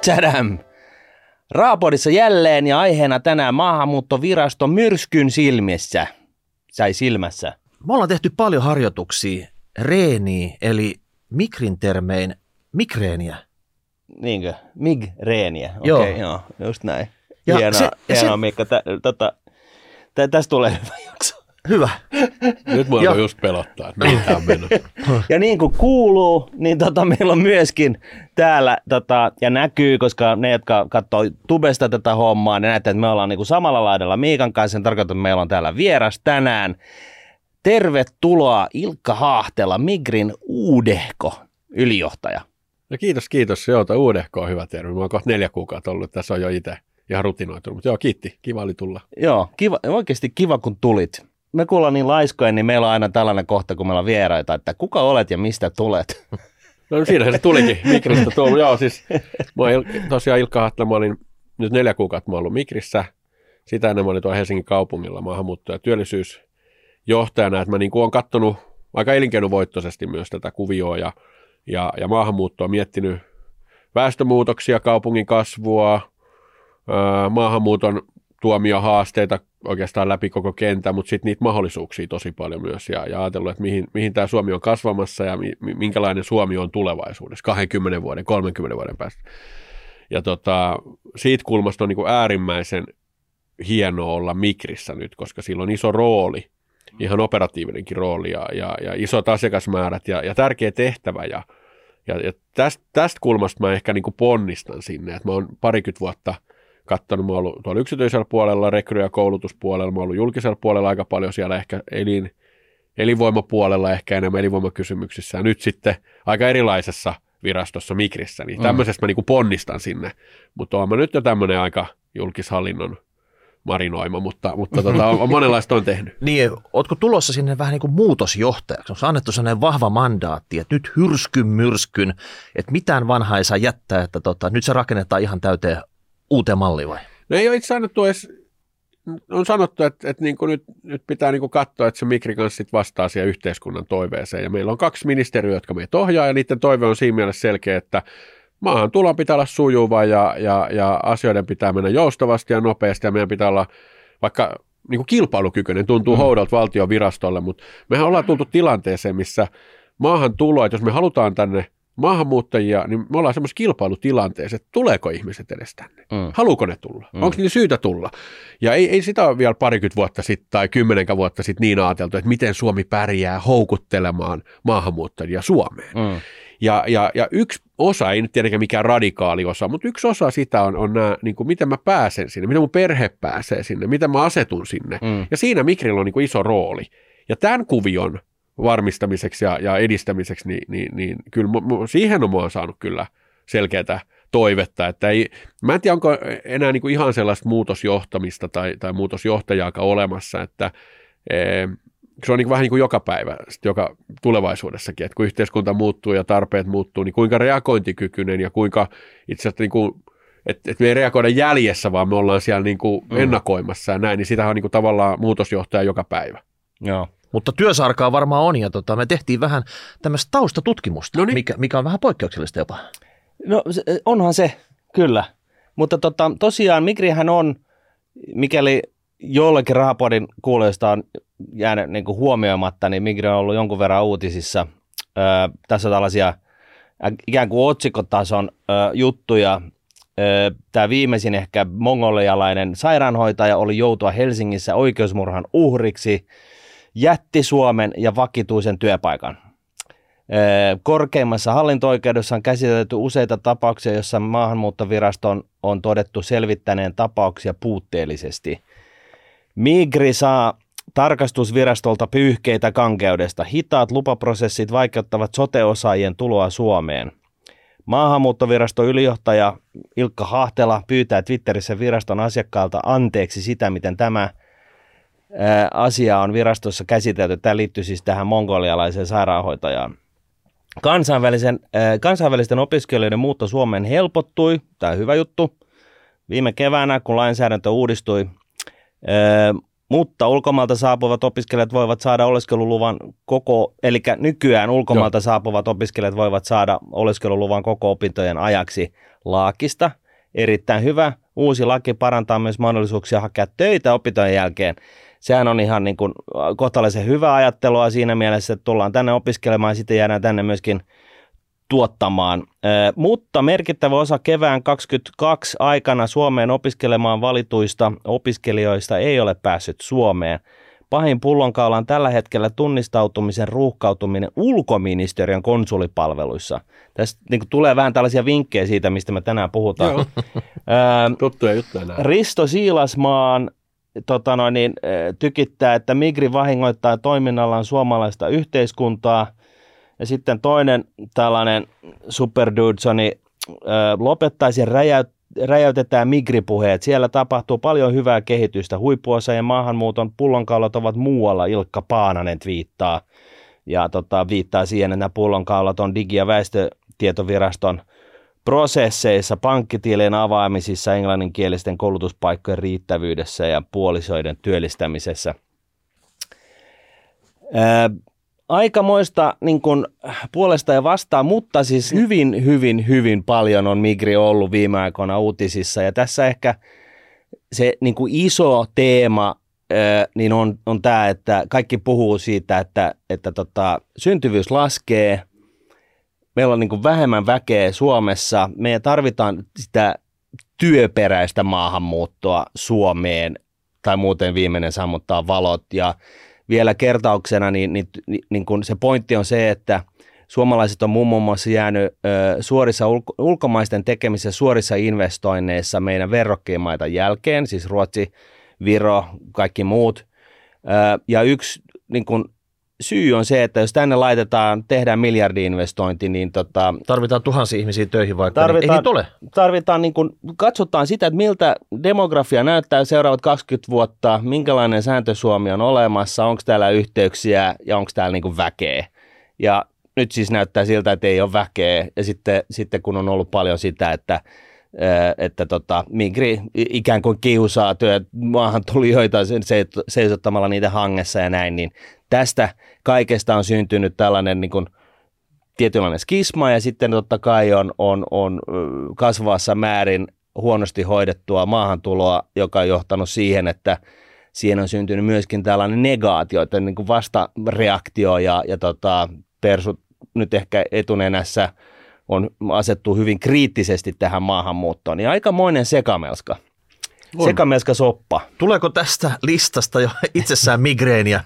Tadam! Raapodissa jälleen ja aiheena tänään maahanmuuttovirasto myrskyn silmissä. Silmässä. Me ollaan tehty paljon harjoituksia reeniä, eli Migrin termein migreeniä. Niinkö? Migreeniä. Okei, joo, just näin. Hienoa Mikko. Tästä tulee hyvä jakso. Hyvä. Nyt mä aloin just pelottaa, että mihin tää on mennyt. Ja niin kuin kuuluu, niin meillä on myöskin täällä, ja näkyy, koska ne, jotka katsoo tubesta tätä hommaa, ne näette, että me ollaan niin kuin samalla laidalla Miikan kanssa. Sen tarkoittaa, että meillä on täällä vieras tänään. Tervetuloa Ilkka Haahtela, Migrin uudehko ylijohtaja. No kiitos. Joo, uudehko on hyvä terve. Mä oon kohta 4 kuukautta ollut. Tässä on jo itse ihan rutinoitunut. Mutta joo, kiitti. Kiva oli tulla. Joo, oikeasti kiva kun tulit. Me kuullaan niin laiskoja, niin meillä on aina tällainen kohta, kun meillä on vieraita, että kuka olet ja mistä tulet? No siinähän se tulikin Migristä. Joo, siis tosiaan Ilkka Haahtela, mä olin nyt 4 kuukautta mä ollut Migrissä. Sitä ennen mä olin tuolla Helsingin kaupungilla maahanmuutto- ja työllisyysjohtajana, että mä niin kuin olen katsonut aika elinkeinovoittoisesti myös tätä kuvioa ja maahanmuuttoa, miettinyt väestömuutoksia, kaupungin kasvua, maahanmuuton tuomia haasteita oikeastaan läpi koko kentän, mutta sitten niitä mahdollisuuksia tosi paljon myös ja ajatellut, että mihin tämä Suomi on kasvamassa ja minkälainen Suomi on tulevaisuudessa 20 vuoden, 30 vuoden päästä. Ja siitä kulmasta on niin kuin äärimmäisen hienoa olla Migrissä nyt, koska sillä on iso rooli, ihan operatiivinenkin rooli ja isot asiakasmäärät ja tärkeä tehtävä. Ja tästä kulmasta mä ehkä niin kuin ponnistan sinne, että mä oon 20 vuotta katsonut, mä oon ollut tuolla yksityisellä puolella, rekry- ja koulutuspuolella, mä oon ollut julkisella puolella aika paljon siellä ehkä elinvoimapuolella, ehkä enemmän elinvoimakysymyksissä ja nyt sitten aika erilaisessa virastossa Migrissä, niin tämmöisestä mä niin kuin ponnistan sinne, mutta oon mä nyt jo tämmöinen aika julkishallinnon marinoima, mutta on monenlaista on tehnyt. Niin, ootko tulossa sinne vähän niin kuin muutosjohtajaksi? Onko annettu sellainen vahva mandaatti, että nyt myrskyn, että mitään vanhaa ei saa jättää, että nyt se rakennetaan ihan täyteen uuteen malliin vai? No ei ole itse annettu edes, on sanottu, että niin kuin nyt pitää niin kuin katsoa, että se Migri kanssa sit vastaa siihen yhteiskunnan toiveeseen. Ja meillä on 2 ministeriötä, jotka meitä ohjaa, ja niiden toive on siinä mielessä selkeä, että maahan tulon pitää olla sujuva ja asioiden pitää mennä joustavasti ja nopeasti, ja meidän pitää olla vaikka niin kuin kilpailukykyinen, tuntuu houdolta valtion virastolle, mutta mehän ollaan tultu tilanteeseen, missä maahan tulo, että jos me halutaan tänne maahanmuuttajia, niin me ollaan semmoisessa kilpailutilanteessa, että tuleeko ihmiset edes tänne? Haluuko ne tulla? Onko niillä syytä tulla? Ja ei sitä ole vielä 20 vuotta sitten tai 10 vuotta sitten niin ajateltu, että miten Suomi pärjää houkuttelemaan maahanmuuttajia Suomeen. Ja yksi osa, ei nyt tietenkään mikään radikaali osa, mutta yksi osa sitä on nämä, niin kuin miten mä pääsen sinne, miten mun perhe pääsee sinne, miten mä asetun sinne. Ja siinä Migrillä on niin kuin iso rooli. Ja tämän kuvion varmistamiseksi ja edistämiseksi, niin kyllä siihen mä oon saanut kyllä selkeätä toivetta, että mä en tiedä, onko enää niin kuin ihan sellaista muutosjohtamista tai muutosjohtajaakaan olemassa, että se on niin kuin vähän niin kuin joka päivä, joka tulevaisuudessakin, että kun yhteiskunta muuttuu ja tarpeet muuttuu, niin kuinka reagointikykyinen ja kuinka itse asiassa niin kuin, että me ei reagoida jäljessä, vaan me ollaan siellä niin kuin ennakoimassa ja näin, niin sitähän on niin kuin tavallaan muutosjohtaja joka päivä. Joo. Mutta työsarkaa varmaan on, ja me tehtiin vähän tämmöistä taustatutkimusta, mikä on vähän poikkeuksellista jopa. No onhan se, kyllä. Mutta tosiaan Migrihän on, mikäli jollekin Rahapodin kuulijoista on jäänyt niin kuin huomioimatta, niin Migri on ollut jonkun verran uutisissa. Tässä on tällaisia ikään kuin otsikkotason juttuja. Tämä viimeisin ehkä mongolialainen sairaanhoitaja oli joutua Helsingissä oikeusmurhan uhriksi, jätti Suomen ja vakituisen työpaikan. Korkeimmassa hallinto-oikeudessa on käsitelty useita tapauksia, joissa maahanmuuttoviraston on todettu selvittäneen tapauksia puutteellisesti. Migri saa tarkastusvirastolta pyyhkeitä kankeudesta. Hitaat lupaprosessit vaikeuttavat sote-osaajien tuloa Suomeen. Maahanmuuttoviraston ylijohtaja Ilkka Haahtela pyytää Twitterissä viraston asiakkailta anteeksi sitä, miten tämä asia on virastossa käsitelty. Tämä liittyy siis tähän mongolialaiseen sairaanhoitajaan. Kansainvälisten opiskelijoiden muutto Suomeen helpottui, tämä on hyvä juttu, viime keväänä, kun lainsäädäntö uudistui, mutta ulkomailta saapuvat opiskelijat voivat saada oleskeluluvan eli nykyään ulkomailta saapuvat opiskelijat voivat saada oleskeluluvan koko opintojen ajaksi laakista. Erittäin hyvä. Uusi laki parantaa myös mahdollisuuksia hakea töitä opintojen jälkeen. Sehän on ihan niin kuin kohtalaisen hyvää ajattelua siinä mielessä, että tullaan tänne opiskelemaan ja sitten jäädään tänne myöskin tuottamaan. Mutta merkittävä osa kevään 2022 aikana Suomeen opiskelemaan valituista opiskelijoista ei ole päässyt Suomeen. Pahin pullonkaula on tällä hetkellä tunnistautumisen ruuhkautuminen ulkoministeriön konsulipalveluissa. Tässä niin kuin tulee vähän tällaisia vinkkejä siitä, mistä me tänään puhutaan. Tuttuja juttuja nämä. Risto Siilasmaan tykittää, että Migri vahingoittaa toiminnallaan suomalaista yhteiskuntaa. Ja sitten toinen tällainen superdudsoni lopettaisi räjäytetään Migri-puheet. Siellä tapahtuu paljon hyvää kehitystä. Huippuosaajien maahanmuuton pullonkaulat ovat muualla, Ilkka Paananen twiittaa. Ja viittaa siihen, että nämä pullonkaulat on Digi- ja väestötietoviraston prosesseissa, pankkitilien avaamisissa, englanninkielisten koulutuspaikkojen riittävyydessä ja puolisoiden työllistämisessä. Aikamoista niin kuin puolesta ja vastaan, mutta siis hyvin paljon on Migri ollut viime aikoina uutisissa. Ja tässä ehkä se niin kuin iso teema niin on tämä, että kaikki puhuu siitä, että syntyvyys laskee. Meillä on niin kuin vähemmän väkeä Suomessa. Me tarvitaan sitä työperäistä maahanmuuttoa Suomeen tai muuten viimeinen sammuttaa valot. Ja vielä kertauksena, niin kun se pointti on se, että suomalaiset on muun muassa jäänyt suorissa ulkomaisten tekemisissä suorissa investoinneissa meidän verrokkimaita jälkeen, siis Ruotsi, Viro, kaikki muut. Ja yksi niin kun syy on se, että jos tänne tehdään miljardi-investointi, niin tarvitaan tuhansia ihmisiä töihin vaikka, ei niitä ole. Tarvitaan, niin kun, katsotaan sitä, että miltä demografia näyttää seuraavat 20 vuotta, minkälainen sääntö Suomi on olemassa, onko täällä yhteyksiä ja onko täällä niin kun väkeä. Ja nyt siis näyttää siltä, että ei ole väkeä. Ja sitten kun on ollut paljon sitä, että Migri ikään kuin kiusaa maahantulijoita seisottamalla niitä hangessa ja näin, niin tästä kaikesta on syntynyt tällainen niin kuin tietynlainen skisma ja sitten totta kai on kasvavassa määrin huonosti hoidettua maahantuloa, joka on johtanut siihen, että siihen on syntynyt myöskin tällainen negaatio, että niin kuin vastareaktio ja persut nyt ehkä etunenässä asettuu hyvin kriittisesti tähän maahanmuuttoon. Niin aikamoinen sekamelska. Sekamelska soppa. Tuleeko tästä listasta jo itsessään migreeniä?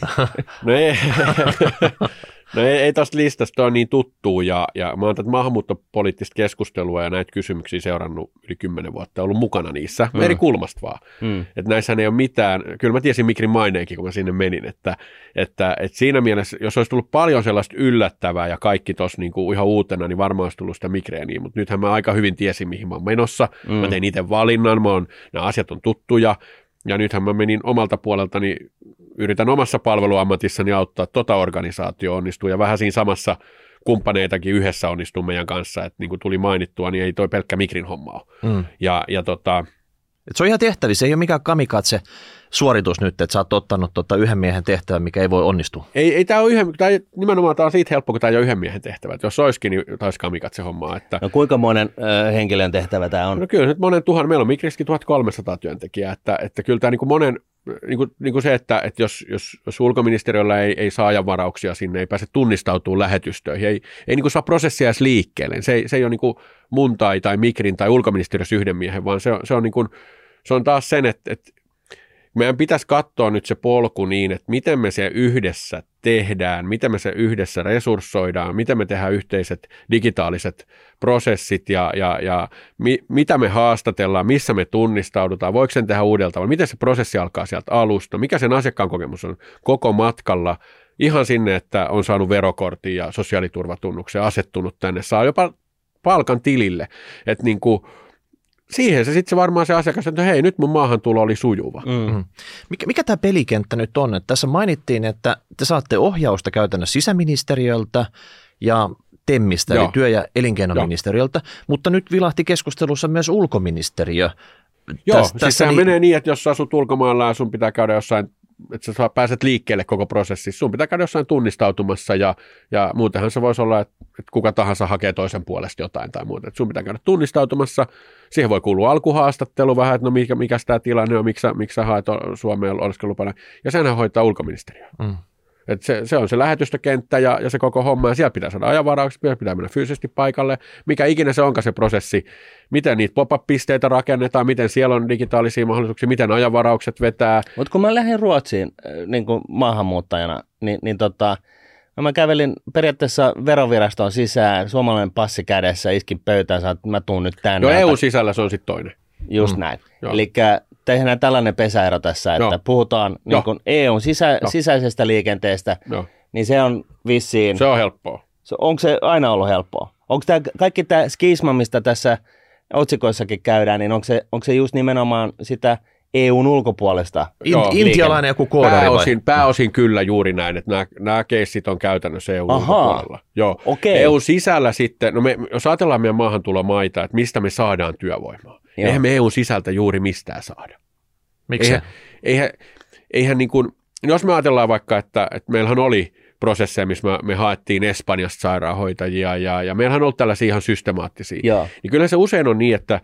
Ei tästä listasta ole niin tuttua ja mä oon tätä maahanmuuttopoliittista keskustelua ja näitä kysymyksiä seurannut yli 10 vuotta, ollut mukana niissä, eri kulmasta vaan. Että näissähän ei ole mitään, kyllä mä tiesin Migrin maineenkin, kun mä sinne menin, että siinä mielessä, jos olisi tullut paljon sellaista yllättävää ja kaikki tuossa niinku ihan uutena, niin varmaan olisi tullut sitä migreeniä, mutta nythän mä aika hyvin tiesin, mihin mä oon menossa, mä tein itse valinnan, nämä asiat on tuttuja, ja nythän mä menin omalta puoleltani, yritän omassa palveluammatissani auttaa organisaatio onnistuu ja vähän siinä samassa kumppaneitakin yhdessä onnistuu meidän kanssa, että niin kuin tuli mainittua, niin ei toi pelkkä Migrin homma ole. Et se on ihan tehtävissä, ei ole mikään kamikatse suoritus nyt, että sä oot ottanut yhden miehen tehtävän, mikä ei voi onnistua. Ei tämä ole nimenomaan tämä on siitä helppo, kun tämä ei ole yhden miehen tehtävä. Jos olisikin, niin taisi kamikatse hommaa. No kuinka monen henkilön tehtävä tämä on? No kyllä nyt monen tuhan, meillä on Migrissäkin 1300 työntekijää, että kyllä tämä niin kuin monen, niin kuin se, että jos ulkoministeriöllä ei saa ajanvarauksia sinne, ei pääse tunnistautumaan lähetystöihin, ei niin kuin saa prosessia edes liikkeelle. Se ei ole niin kuin mun tai Migrin tai ulkoministeriössä yhden miehen, vaan se on, niin kuin, se on taas sen, että meidän pitäisi katsoa nyt se polku niin, että miten me se yhdessä tehdään, miten me se yhdessä resurssoidaan, miten me tehdään yhteiset digitaaliset prosessit ja mitä me haastatellaan, missä me tunnistaudutaan, voiko sen tehdä uudella tavalla, miten se prosessi alkaa sieltä alusta, mikä sen asiakkaan kokemus on koko matkalla, ihan sinne, että on saanut verokortin ja sosiaaliturvatunnuksen, asettunut tänne, saa jopa palkan tilille, että niin kuin siihen se sitten varmaan se asiakas, että hei, nyt mun maahantulo oli sujuva. Mikä tämä pelikenttä nyt on? Että tässä mainittiin, että te saatte ohjausta käytännössä sisäministeriöltä ja TEMistä, eli työ- ja elinkeinoministeriöltä, mutta nyt vilahti keskustelussa myös ulkoministeriö. Joo, siis sehän menee niin, että jos asut ulkomailla ja sun pitää käydä jossain sä pääset liikkeelle koko prosessissa. Sun pitää käydä jossain tunnistautumassa ja muutenhan se voisi olla, että kuka tahansa hakee toisen puolesta jotain tai muuta. Et sun pitää käydä tunnistautumassa. Siihen voi kuulua alkuhaastattelu vähän, että no mikä tämä tilanne on, miksi sä haet Suomeen oleskelulupana. Ja senhän hoitaa ulkoministeriö. Et se on se lähetystökenttä ja se koko homma, ja siellä pitää saada ajanvaraukset, pitää mennä fyysisesti paikalle, mikä ikinä se onkaan se prosessi, miten niitä pop-up-pisteitä rakennetaan, miten siellä on digitaalisia mahdollisuuksia, miten ajanvaraukset vetää. Mutta kun mä lähdin Ruotsiin niin kuin maahanmuuttajana, niin mä kävelin periaatteessa veroviraston sisään, suomalainen passi kädessä, iskin pöytään, että mä tuun nyt tänne. No EU-sisällä se on sitten toinen. Just näin. Eli tehdään tällainen pesäero tässä, että puhutaan niin kuin EUn sisäisestä liikenteestä, niin se on vissiin... Se on helppoa. Onko se aina ollut helppoa? Onko kaikki tämä skisma, mistä tässä otsikoissakin käydään, niin onko se just nimenomaan sitä EUn ulkopuolesta? Intialainen joku koodari pääosin kyllä juuri näin, että nämä keissit on käytännössä EUn ulkopuolella. Joo. Okay. EUn sisällä sitten, jos ajatellaan meidän maahantulomaita, että mistä me saadaan työvoimaa, eihän me EUn sisältä juuri mistään saada. Miksi? Eihän niin kuin, jos me ajatellaan vaikka, että meillähän oli prosesseja, missä me haettiin Espanjasta sairaanhoitajia ja meillähän on ollut tällaisia ihan systemaattisia. Niin kyllä se usein on niin, että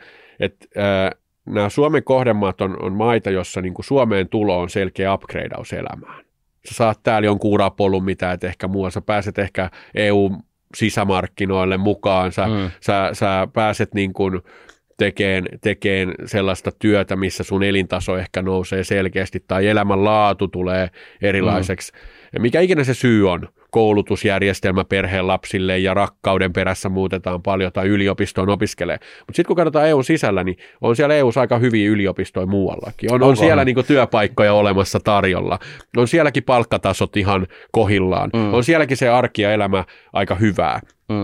nämä Suomen kohdemaat on maita, jossa niin kuin Suomeen tulo on selkeä upgradeaus elämään. Sä saat täällä jonkun urapolun, mitä et ehkä muualla. Sä pääset ehkä EU-sisämarkkinoille mukaan. Sä pääset niin kuin tekeen sellaista työtä, missä sun elintaso ehkä nousee selkeästi tai elämänlaatu tulee erilaiseksi. Ja mikä ikinä se syy on, koulutusjärjestelmä perheen lapsille ja rakkauden perässä muutetaan paljon tai yliopistoon opiskelee. Mutta sitten kun katsotaan EUn sisällä, niin on siellä EUssa aika hyviä yliopistoja muuallakin. On siellä niinku työpaikkoja olemassa tarjolla. On sielläkin palkkatasot ihan kohillaan. On sielläkin se arki ja elämä aika hyvää.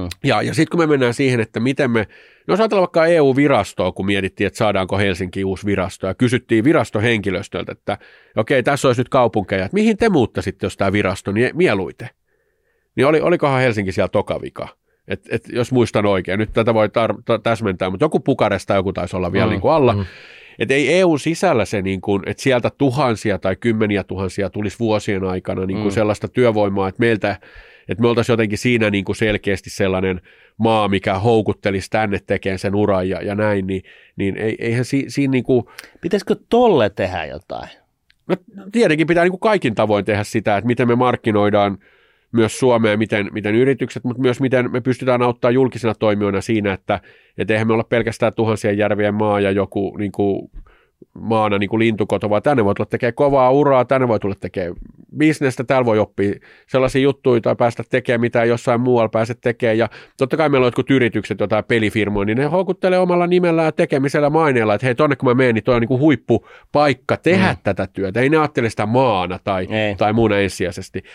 Ja sitten kun me mennään siihen, että miten me, jos ajatellaan vaikka EU-virastoa, kun mietittiin, että saadaanko Helsinkiin uusi virasto, ja kysyttiin virastohenkilöstöltä, että okei, tässä olisi nyt kaupunkeja, että mihin te muuttaisitte, jos tämä virasto, niin mieluiten. Niin olikohan Helsinki siellä tokavika? Et jos muistan oikein, nyt tätä voi täsmentää, mutta joku Bukaresta joku taisi olla vielä niin kuin alla. Että ei EUn sisällä se, niin kuin, että sieltä tuhansia tai kymmeniä tuhansia tulisi vuosien aikana niin kuin sellaista työvoimaa, että me oltaisiin jotenkin siinä niin kuin selkeästi sellainen maa, mikä houkuttelisi tänne tekemään sen uran ja näin, niin eihän siinä niin kuin... Pitäisikö tolle tehdä jotain? No, tietenkin pitää niin kuin kaikin tavoin tehdä sitä, että miten me markkinoidaan myös Suomeen, miten yritykset, mutta myös miten me pystytään auttamaan julkisena toimijoina siinä, että eihän me olla pelkästään tuhansien järvien maa ja joku niin kuin maana niin kuin lintukoto, vaan tänne voi tulla tekemään kovaa uraa, tänne voi tulla tekemään bisnestä, täällä voi oppia sellaisia juttuja tai päästä tekemään, mitä ei jossain muualla pääse tekemään. Ja totta kai meillä on jotkut yritykset, jotain pelifirmoja, niin ne houkuttelee omalla nimellään ja tekemisellä maineella, että hei, tonne kun mä menen, niin toi on niin kuin huippupaikka tehdä tätä työtä. Ei ne ajattele sitä maana tai muuna ensisijaisesti.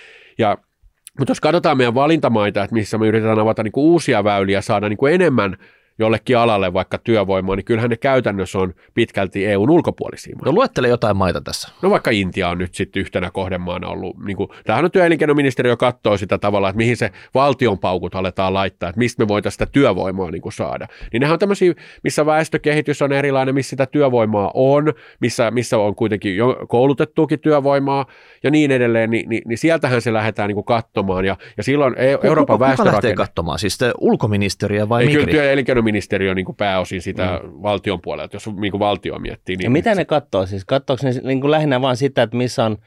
Mutta jos katsotaan meidän valintamaita, että missä me yritetään avata niin kuin uusia väyliä, saada niin kuin enemmän jollekin alalle vaikka työvoimaa, niin kyllähän ne käytännössä on pitkälti EUn ulkopuolisia maita. No luettele jotain maita tässä. No vaikka Intia on nyt sitten yhtenä kohdemaana ollut, niin kuin, tämähän on työ- ja elinkeinoministeriö katsoo sitä tavalla, että mihin se valtion paukut aletaan laittaa, että mistä me voitaisiin sitä työvoimaa niin kuin saada. Niin nehän on tämmöisiä, missä väestökehitys on erilainen, missä sitä työvoimaa on, missä on kuitenkin jo koulutettuakin työvoimaa ja niin edelleen, niin sieltähän se lähdetään niin kuin katsomaan. Ja silloin Euroopan väestörakenne... Kuka lähtee katsomaan? Siis ulkoministeriö vai Migri? Työ- ja elinkeinoministeriö on niin kuin pääosin sitä valtion puolelta, jos niin kuin valtio miettii. Niin ja mitä ne katsoo? Siis katsoako ne niin kuin lähinnä vaan sitä, että missä on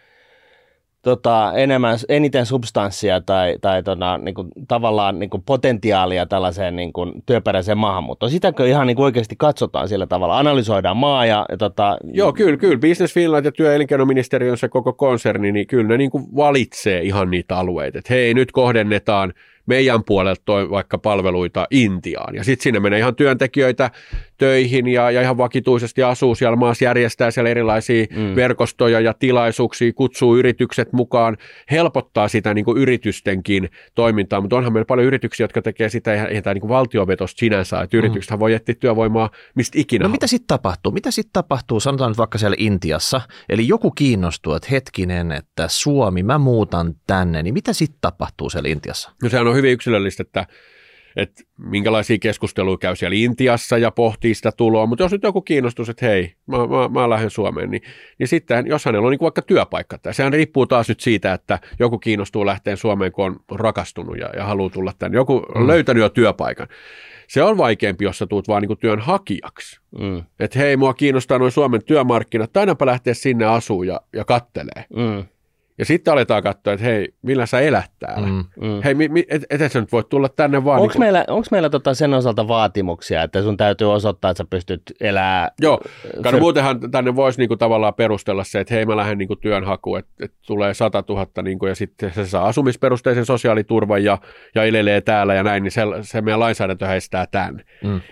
eniten substanssia tai niin kuin, tavallaan niin kuin potentiaalia tällaiseen niin kuin työperäiseen maahanmuuttoon? Sitäkö ihan niin kuin oikeasti katsotaan sillä tavalla? Analysoidaan maa ja Joo, kyllä. Business Finland ja työ- ja elinkeinoministeriön se koko konserni, niin kyllä ne niin kuin valitsee ihan niitä alueita. Että hei, nyt kohdennetaan meidän puolelta vaikka palveluita Intiaan. Ja sitten sinne menee ihan työntekijöitä töihin ja ihan vakituisesti asuu siellä maassa, järjestää siellä erilaisia verkostoja ja tilaisuuksia, kutsuu yritykset mukaan, helpottaa sitä niin kuin yritystenkin toimintaa, mutta onhan meillä paljon yrityksiä, jotka tekee sitä ihan niin kuin valtiovetosta sinänsä, että yrityksethän voi etsiä työvoimaa mistä ikinä. No mitä sitten tapahtuu? Sanotaan nyt vaikka siellä Intiassa, eli joku kiinnostuu, että hetkinen, että Suomi, mä muutan tänne, niin mitä sitten tapahtuu siellä Intiassa? No sehän on hyvin yksilöllistä, että että minkälaisia keskusteluja käy siellä Intiassa ja pohtii sitä tuloa, mutta jos nyt joku kiinnostus, että hei, mä lähden Suomeen, niin sitten jos hänellä on niin vaikka työpaikka, tai sehän riippuu taas nyt siitä, että joku kiinnostuu lähteen Suomeen, kun on rakastunut ja haluaa tulla tänne, joku on löytänyt jo työpaikan. Se on vaikeampi, jos sä tuut vaan niin työnhakijaksi. Että hei, mua kiinnostaa noin Suomen työmarkkinat, tainapa lähteä sinne asuun ja kattelee. Ja sitten aletaan katsoa, että hei, millä sä elät täällä? Hei, et sä nyt voit tulla tänne vaan. Onko meillä sen osalta vaatimuksia, että sun täytyy osoittaa, että sä pystyt elämään? Joo, muutenhan tänne voisi tavallaan perustella se, että hei, mä lähden työnhakuun, että tulee 100 000 ja sitten se saa asumisperusteisen sosiaaliturvan ja elelee täällä ja näin, niin se meidän lainsäädäntö häistää tämän.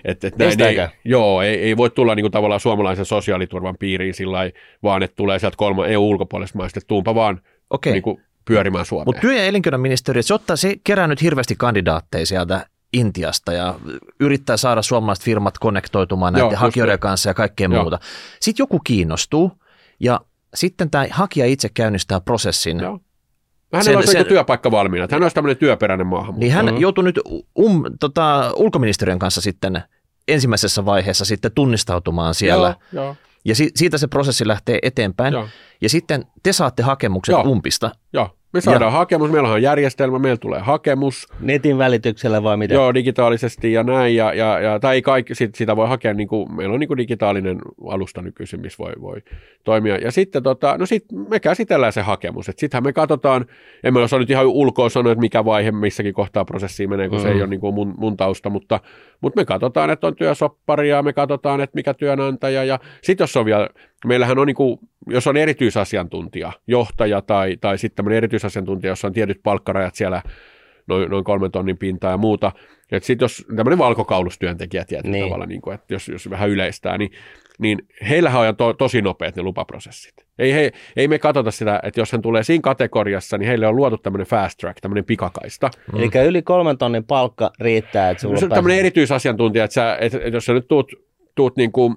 Ei voi tulla tavallaan suomalaisen sosiaaliturvan piiriin sillä lailla, vaan että tulee sieltä EU-ulkopuolesta maista, että tuumpa vaan pyörimään Suomeen. Mutta työ- ja elinkeinoministeriö, se kerää nyt hirveästi kandidaatteja sieltä Intiasta ja yrittää saada suomalaiset firmat konnektoitumaan näiden hakijoiden kanssa ja kaikkea muuta. Sitten joku kiinnostuu ja sitten tämä hakija itse käynnistää prosessin. Joo. Hänellä olisi työpaikka valmiina. Hän olisi tämmöinen työperäinen maahanmuutto. Niin hän joutui nyt ulkoministeriön kanssa sitten ensimmäisessä vaiheessa sitten tunnistautumaan siellä. Joo. Ja siitä se prosessi lähtee eteenpäin. Joo. Ja sitten te saatte hakemukset umpista. Joo, me saadaan hakemus, meillä on järjestelmä, meillä tulee hakemus. Netin välityksellä vai miten? Joo, digitaalisesti ja näin, tai kaikki, sitä voi hakea, meillä on digitaalinen alusta nykyisin, missä voi toimia. Ja sitten me käsitellään se hakemus, että sittenhän me katsotaan, en mä osaa nyt ihan ulkoa sanoa, että mikä vaihe missäkin kohtaa prosessia menee, kun se ei ole mun tausta, mutta me katsotaan, että on työsopparia, me katsotaan, että mikä työnantaja, ja sitten jos on vielä, meillähän on jos on erityisasiantuntija, johtaja tai sitten tämmöinen erityisasiantuntija, jossa on tietyt palkkarajat siellä, noin 3 tonnin pintaa ja muuta, että sitten jos tämmöinen valkokaulustyöntekijä tietyllä tavalla, että jos vähän yleistää, niin heillähän on tosi nopeat ne lupaprosessit. Ei me katsota sitä, että jos hän tulee siinä kategoriassa, niin heille on luotu tämmöinen fast track, tämmöinen pikakaista. Eli yli 3 tonnin palkka riittää, että sulla on tämmöinen erityisasiantuntija, että jos sä nyt tuut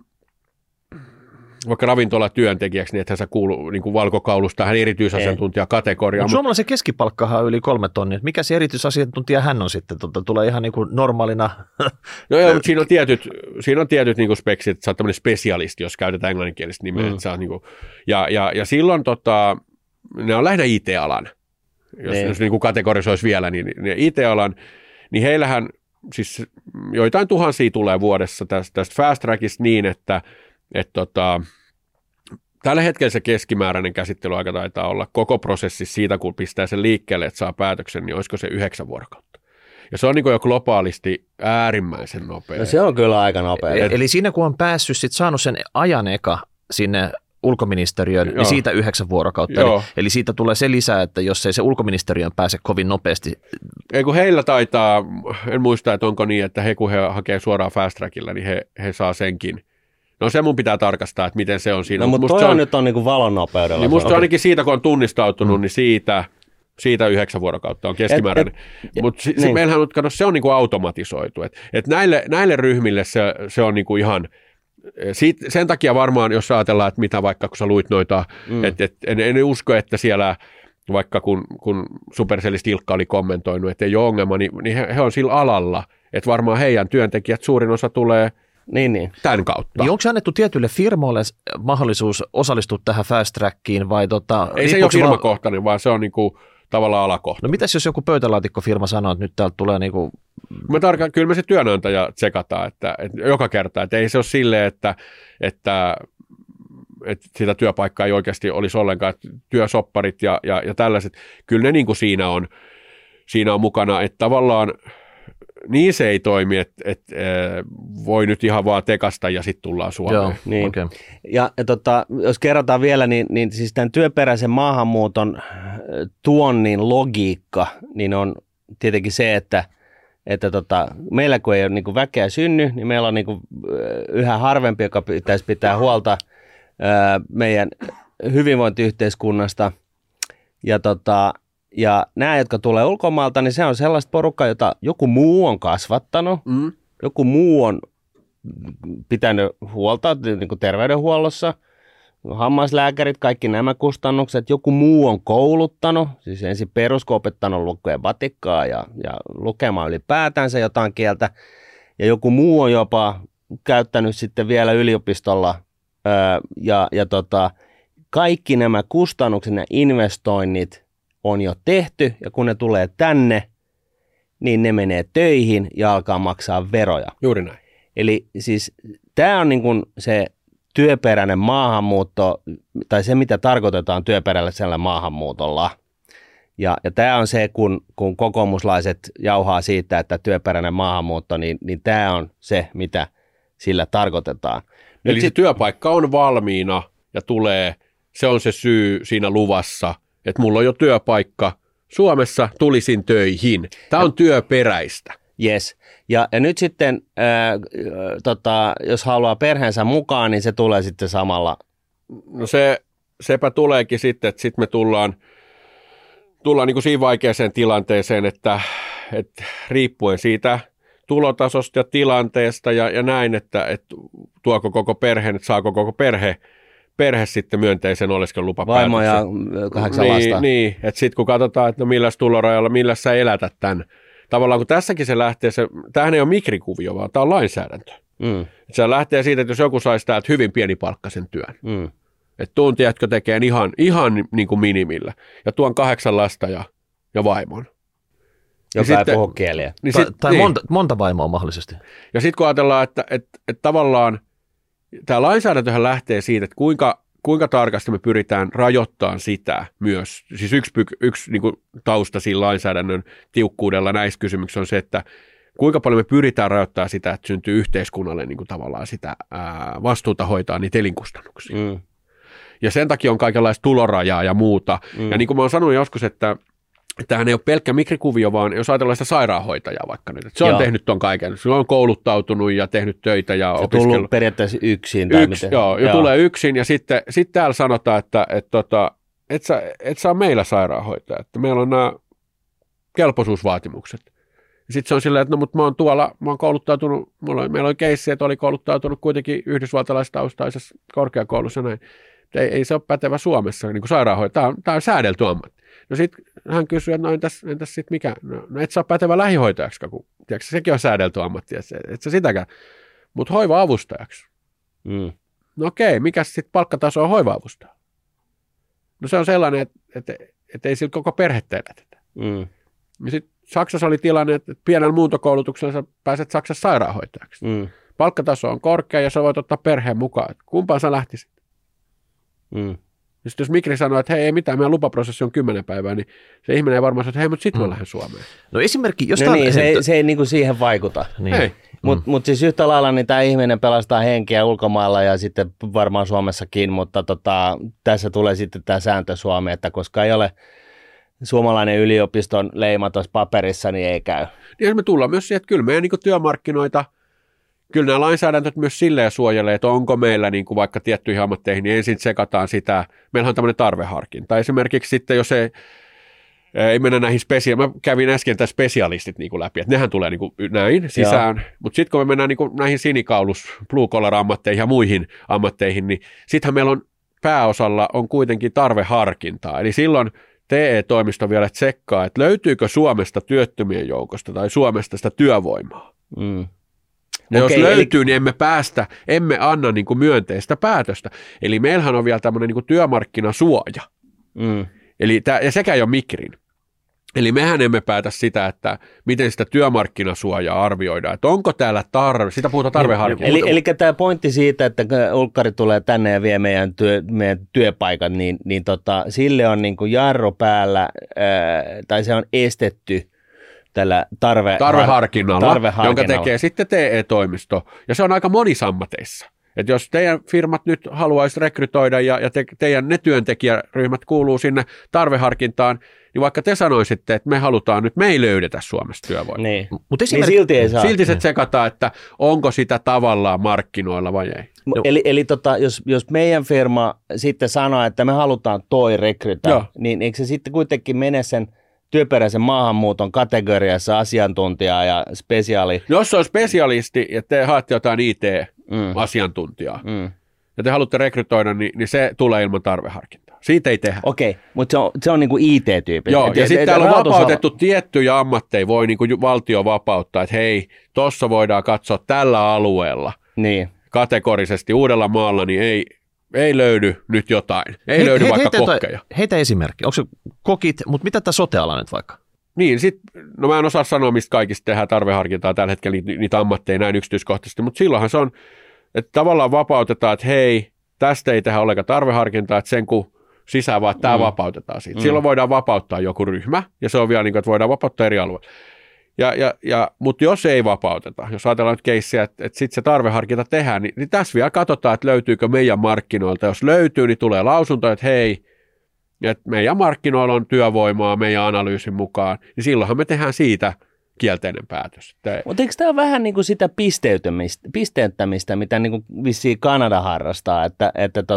vaikka ravintolatyöntekijäksi, niin että sä kuuluu valkokaulusta tähän erityisasiantuntijakategoriaan. Mutta suomalaisen keskipalkkahan on yli 3 tonnia. Mikä se erityisasiantuntija hän on sitten? Tulee ihan normaalina. No joo, mutta siinä on tietyt speksit, että sä oot tämmöinen spesialisti, jos käytetään englanninkielistä nimeä. Että sä oot, ja silloin ne on lähinnä IT-alan. Jos kategorisoisi vielä, niin IT-alan, niin heillähän siis joitain tuhansia tulee vuodessa tästä fast trackista niin, että tällä hetkellä se keskimääräinen käsittelyaika taitaa olla koko prosessi siitä, kun pistää sen liikkeelle, että saa päätöksen, niin olisiko se 9 vuorokautta. Ja se on jo globaalisti äärimmäisen nopea. No se on kyllä aika nopea. Eli siinä kun on päässyt, saanut sen ajan eka sinne ulkoministeriöön, niin siitä 9 vuorokautta. Eli siitä tulee se lisää, että jos ei se ulkoministeriöön pääse kovin nopeasti. Ei kun heillä taitaa, en muista, että onko niin, että kun he hakee suoraan fast trackilla, niin he saa senkin. No se mun pitää tarkastaa, että miten se on siinä. No mutta toi on nyt valon nopeudella. Niin musta ainakin siitä, kun on tunnistautunut, niin siitä 9 vuorokautta on keskimääräinen. Mutta meillähän se on automatisoitu. Et näille ryhmille se on ihan, sen takia varmaan, jos ajatellaan, että mitä vaikka kun sä luit noita, en usko, että siellä vaikka kun Supercellista Ilkka oli kommentoinut, että ei ole ongelma, niin he on sillä alalla, että varmaan heidän työntekijät suurin osa tulee tämän kautta. Niin onko annettu tietyille firmoille mahdollisuus osallistua tähän fast trackiin vai ei se ole firmakohtainen, vaan se on tavallaan alakohtainen. No mitäs jos joku pöytälaatikkofirma sanoo, että nyt täältä tulee kyllä me se työnantaja tsekataan, että joka kerta, että ei se ole silleen, että sitä työpaikkaa ei oikeasti olisi ollenkaan, että työsopparit ja tällaiset, kyllä ne siinä on mukana, että tavallaan niin se ei toimi, että voi nyt ihan vaan tekasta ja sitten tullaan Suomeen. Joo, niin. Okay. Ja jos kerrotaan vielä, niin siis tämän työperäisen maahanmuuton tuonnin logiikka, niin on tietenkin se, että meillä kun ei ole väkeä synny, niin meillä on yhä harvempi, joka pitäisi pitää huolta meidän hyvinvointiyhteiskunnasta. Ja nämä, jotka tulee ulkomaalta, niin se on sellaista porukkaa, jota joku muu on kasvattanut, joku muu on pitänyt huolta terveydenhuollossa, hammaslääkärit, kaikki nämä kustannukset, joku muu on kouluttanut, siis ensin peruskoopettanut lukea vatikkaa ja lukemaan ylipäätänsä jotain kieltä, ja joku muu on jopa käyttänyt sitten vielä yliopistolla, kaikki nämä kustannukset ja investoinnit on jo tehty, ja kun ne tulee tänne, niin ne menee töihin ja alkaa maksaa veroja. Juuri näin. Eli siis tämä on niin kuin se työperäinen maahanmuutto, tai se mitä tarkoitetaan työperäisellä maahanmuutolla. Ja tämä on se, kun kokoomuslaiset jauhaa siitä, että työperäinen maahanmuutto, niin tämä on se, mitä sillä tarkoitetaan. Eli se työpaikka on valmiina ja tulee, se on se syy siinä luvassa, että mulla on jo työpaikka Suomessa, tulisin töihin. Tämä on työperäistä. Yes. Ja nyt sitten, jos haluaa perheensä mukaan, niin se tulee sitten samalla. No sepä tuleekin sitten, että sitten me tullaan niin kuin siihen vaikeaseen tilanteeseen, että riippuen siitä tulotasosta ja tilanteesta ja näin, että tuoko koko perheen, että saako koko perhe sitten myönteisen oleskelulupapäätöksen. Vaimo ja 8 lasta. Niin, että sitten kun katsotaan, että no milläs tulorajalla, millä sä elätät tämän. Tavallaan kun tässäkin se lähtee, tämähän ei ole mikrikuvio, vaan tämä on lainsäädäntö. Se lähtee siitä, että jos joku saisi täältä hyvin pienipalkkaisen työn. Että tuntijätkö tekee ihan niin kuin minimillä. Ja tuon 8 lasta ja vaimon. Joka ei puhu kieliä. Niin monta vaimoa mahdollisesti. Ja sitten kun ajatellaan, että tavallaan tämä lainsäädäntöhän lähtee siitä, että kuinka tarkasti me pyritään rajoittamaan sitä myös. Siis yksi niin kuin tausta siinä lainsäädännön tiukkuudella näissä kysymyksissä on se, että kuinka paljon me pyritään rajoittamaan sitä, että syntyy yhteiskunnalle niin kuin tavallaan sitä vastuuta hoitaa niitä elinkustannuksia. Ja sen takia on kaikenlaista tulorajaa ja muuta. Ja niin kuin mä oon sanonut joskus, että tämähän ei ole pelkkä mikrikuvio, vaan jos ajatellaan sitä sairaanhoitajaa vaikka nyt. Että se on tehnyt ton kaiken. Se on kouluttautunut ja tehnyt töitä ja opiskellut. Se on tullut periaatteessa yksin. Joo, tulee yksin ja sitten täällä sanotaan, että et saa meillä sairaanhoitaja. Että meillä on nämä kelpoisuusvaatimukset. Sitten se on silleen, että no mutta mä oon kouluttautunut, meillä oli keissi, että oli kouluttautunut kuitenkin yhdysvaltalaistaustaisessa korkeakoulussa näin. Ei se ole pätevä Suomessa, niin kuin sairaanhoitaja. Tämä on säädelty ammatti. No sitten hän kysyy, että no entäs sitten mikä? No et saa pätevä lähihoitajaksi, kun tiedätkö, sekin on säädelty ammatti, et sä sitäkään. Mutta hoiva-avustajaksi. No okei, mikä sitten palkkataso on hoiva-avustaja? No se on sellainen, että ei sillä koko perhettä elätetä. Ja sitten Saksassa oli tilanne, että pienellä muuntokoulutuksella sä pääset Saksassa sairaanhoitajaksi. Palkkataso on korkea ja sä voit ottaa perheen mukaan. Et kumpaan sä lähtisit? Ja sitten jos Migri sanoo, että hei, ei mitään, meidän lupaprosessi on 10 päivää, niin se ihminen ei varmaan sano, että hei, mutta sitten mä lähden Suomeen. No esimerkki, jos se ei niinku siihen vaikuta. Niin. Mutta siis yhtä lailla niin tämä ihminen pelastaa henkeä ulkomailla ja sitten varmaan Suomessakin, mutta tässä tulee sitten tämä sääntö Suomeen, että koska ei ole suomalainen yliopiston leima tuossa paperissa, niin ei käy. Niin me tullaan myös siihen, että kyllä meidän niin työmarkkinoita, kyllä nämä lainsäädäntöt myös silleen suojelee, että onko meillä niin kuin vaikka tiettyihin ammatteihin, niin ensin tsekataan sitä. Meillä on tämmöinen tarveharkinta. Esimerkiksi sitten, jos ei mennä näihin mä kävin äsken tämän spesialistit niin kuin läpi, että nehän tulee niin kuin näin sisään. Mutta sitten kun me mennään niin kuin näihin sinikaulus, blue collar ammatteihin ja muihin ammatteihin, niin sittenhän meillä on pääosalla on kuitenkin tarveharkintaa. Eli silloin TE-toimisto vielä tsekkaa, että löytyykö Suomesta työttömien joukosta tai Suomesta sitä työvoimaa. Ja jos löytyy, niin emme anna niin kuin myönteistä päätöstä. Eli meillähän on vielä tämmöinen niin kuin työmarkkinasuoja. Ja sekä ei ole Migrin. Eli mehän emme päätä sitä, että miten sitä työmarkkinasuojaa arvioidaan, että onko täällä sitä puhutaan tarveharkinnasta. Eli tämä pointti siitä, että ulkkari tulee tänne ja vie meidän työpaikat, niin sille on niin kuin jarru päällä, tai se on estetty tällä tarveharkinnalla, jonka tekee sitten TE-toimisto, ja se on aika monissa ammateissa. Että jos teidän firmat nyt haluaisi rekrytoida ja teidän ne työntekijäryhmät kuuluu sinne tarveharkintaan, niin vaikka te sanoisitte, että me halutaan nyt, me ei löydetä Suomesta työvoimaa. Niin. Niin silti ei saa. Silti se tsekataan, että onko sitä tavallaan markkinoilla vai ei. Eli jos meidän firma sitten sanoo, että me halutaan rekrytä, niin eikö se sitten kuitenkin mene sen työperäisen maahanmuuton kategoriassa asiantuntija ja spesiaali? Jos se on spesialisti ja te haette jotain IT-asiantuntijaa, ja te haluatte rekrytoida, niin se tulee ilman tarveharkintaa. Siitä ei tehdä. Okei, mutta se on niin kuin IT-tyyppi. Joo, ja sitten täällä on vapautettu tiettyjä ammatteja, voi niin kuin valtio vapauttaa, että hei, tuossa voidaan katsoa tällä alueella kategorisesti Uudellamaalla, niin ei löydy nyt jotain. Ei löydy vaikka kokkeja. Heitä esimerkki. Onko se kokit, mutta mitä tämä sote-ala nyt vaikka? Niin, no mä en osaa sanoa, mistä kaikista tehdään tarveharkintaa tällä hetkellä niitä ammatteja näin yksityiskohtaisesti, mutta silloinhan se on, että tavallaan vapautetaan, että hei, tästä ei tehdä ollenkaan tarveharkintaa, että sen kun sisään vaan tämä vapautetaan siitä. Silloin voidaan vapauttaa joku ryhmä, ja se on vielä niin kuin, että voidaan vapauttaa eri alueilla. Mutta jos ei vapauteta, jos ajatellaan nyt keissiä, että sitten se tarveharkinta tehdään, niin tässä vielä katsotaan, että löytyykö meidän markkinoilta. Jos löytyy, niin tulee lausunto, että hei, että meidän markkinoilla on työvoimaa meidän analyysin mukaan, niin silloinhan me tehdään siitä kielteinen päätös. Mutta eikö tämä ole vähän niin kuin sitä pisteyttämistä, mitä niin kuin vissiin Kanada harrastaa, että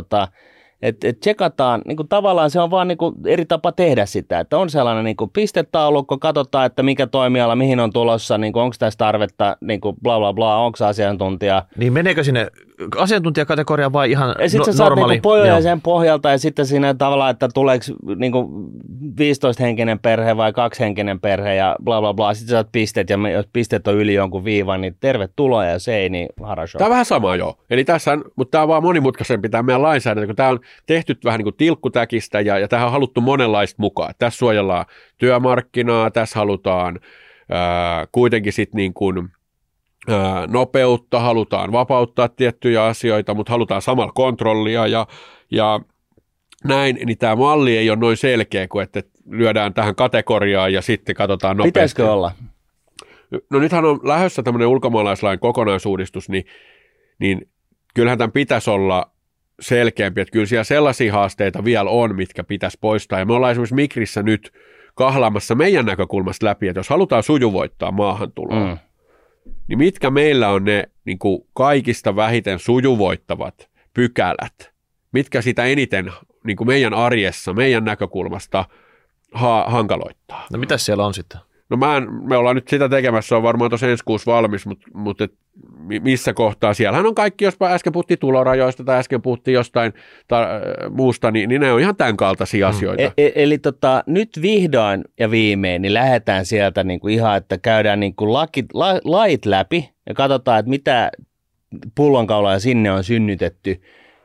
tsekataan, niin kuin tavallaan se on vaan niin kuin eri tapa tehdä sitä, että on sellainen niin kuin pistetaulukko, katsotaan, että mikä toimiala, mihin on tulossa, niin kuin onko tässä tarvetta, niin kuin bla bla bla, onko se asiantuntija. Niin meneekö sinne asiantuntijakategoria vai ihan normaali? Ja sitten sä saat niin pojoja sen pohjalta ja sitten siinä tavallaan, että tuleeko niin kuin 15-henkinen perhe vai 2-henkinen perhe ja bla bla bla, sitten sä saat pisteet ja jos pisteet on yli jonkun viivan, niin tervetuloa ja jos ei, niin harasho. Tämä on vähän sama joo, eli tässä, mutta tämä on vaan monimutkaisempi tämä meidän lainsäädäntö, kun tämä on tehty vähän niin kuin tilkkutäkistä ja tähän on haluttu monenlaista mukaan. Tässä suojellaan työmarkkinaa, tässä halutaan kuitenkin sitten niin kuin nopeutta, halutaan vapauttaa tiettyjä asioita, mutta halutaan samalla kontrollia ja näin, niin tämä malli ei ole noin selkeä kuin, että lyödään tähän kategoriaan ja sitten katsotaan nopeasti. Pitäisikö olla? No nythän on lähdössä tämmöinen ulkomaalaislain kokonaisuudistus, niin kyllähän tämän pitäisi olla selkeämpi, että kyllä siellä sellaisia haasteita vielä on, mitkä pitäisi poistaa. Ja me ollaan esimerkiksi Migrissä nyt kahlaamassa meidän näkökulmasta läpi, että jos halutaan sujuvoittaa maahantuloa, niin mitkä meillä on ne niin kuin kaikista vähiten sujuvoittavat pykälät, mitkä sitä eniten niin kuin meidän arjessa, meidän näkökulmasta hankaloittaa. No mitä siellä on sitten? No me ollaan nyt sitä tekemässä, se on varmaan tuossa ensi kuussa valmis, mutta missä kohtaa, siellähän on kaikki, jos äsken puhuttiin tulorajoista tai äsken puhuttiin jostain muusta, niin ne on ihan tämän kaltaisia asioita. Eli nyt vihdoin ja viimein niin lähdetään sieltä niin kuin ihan, että käydään niin kuin lait läpi ja katsotaan, että mitä pullonkauloja sinne on synnytetty.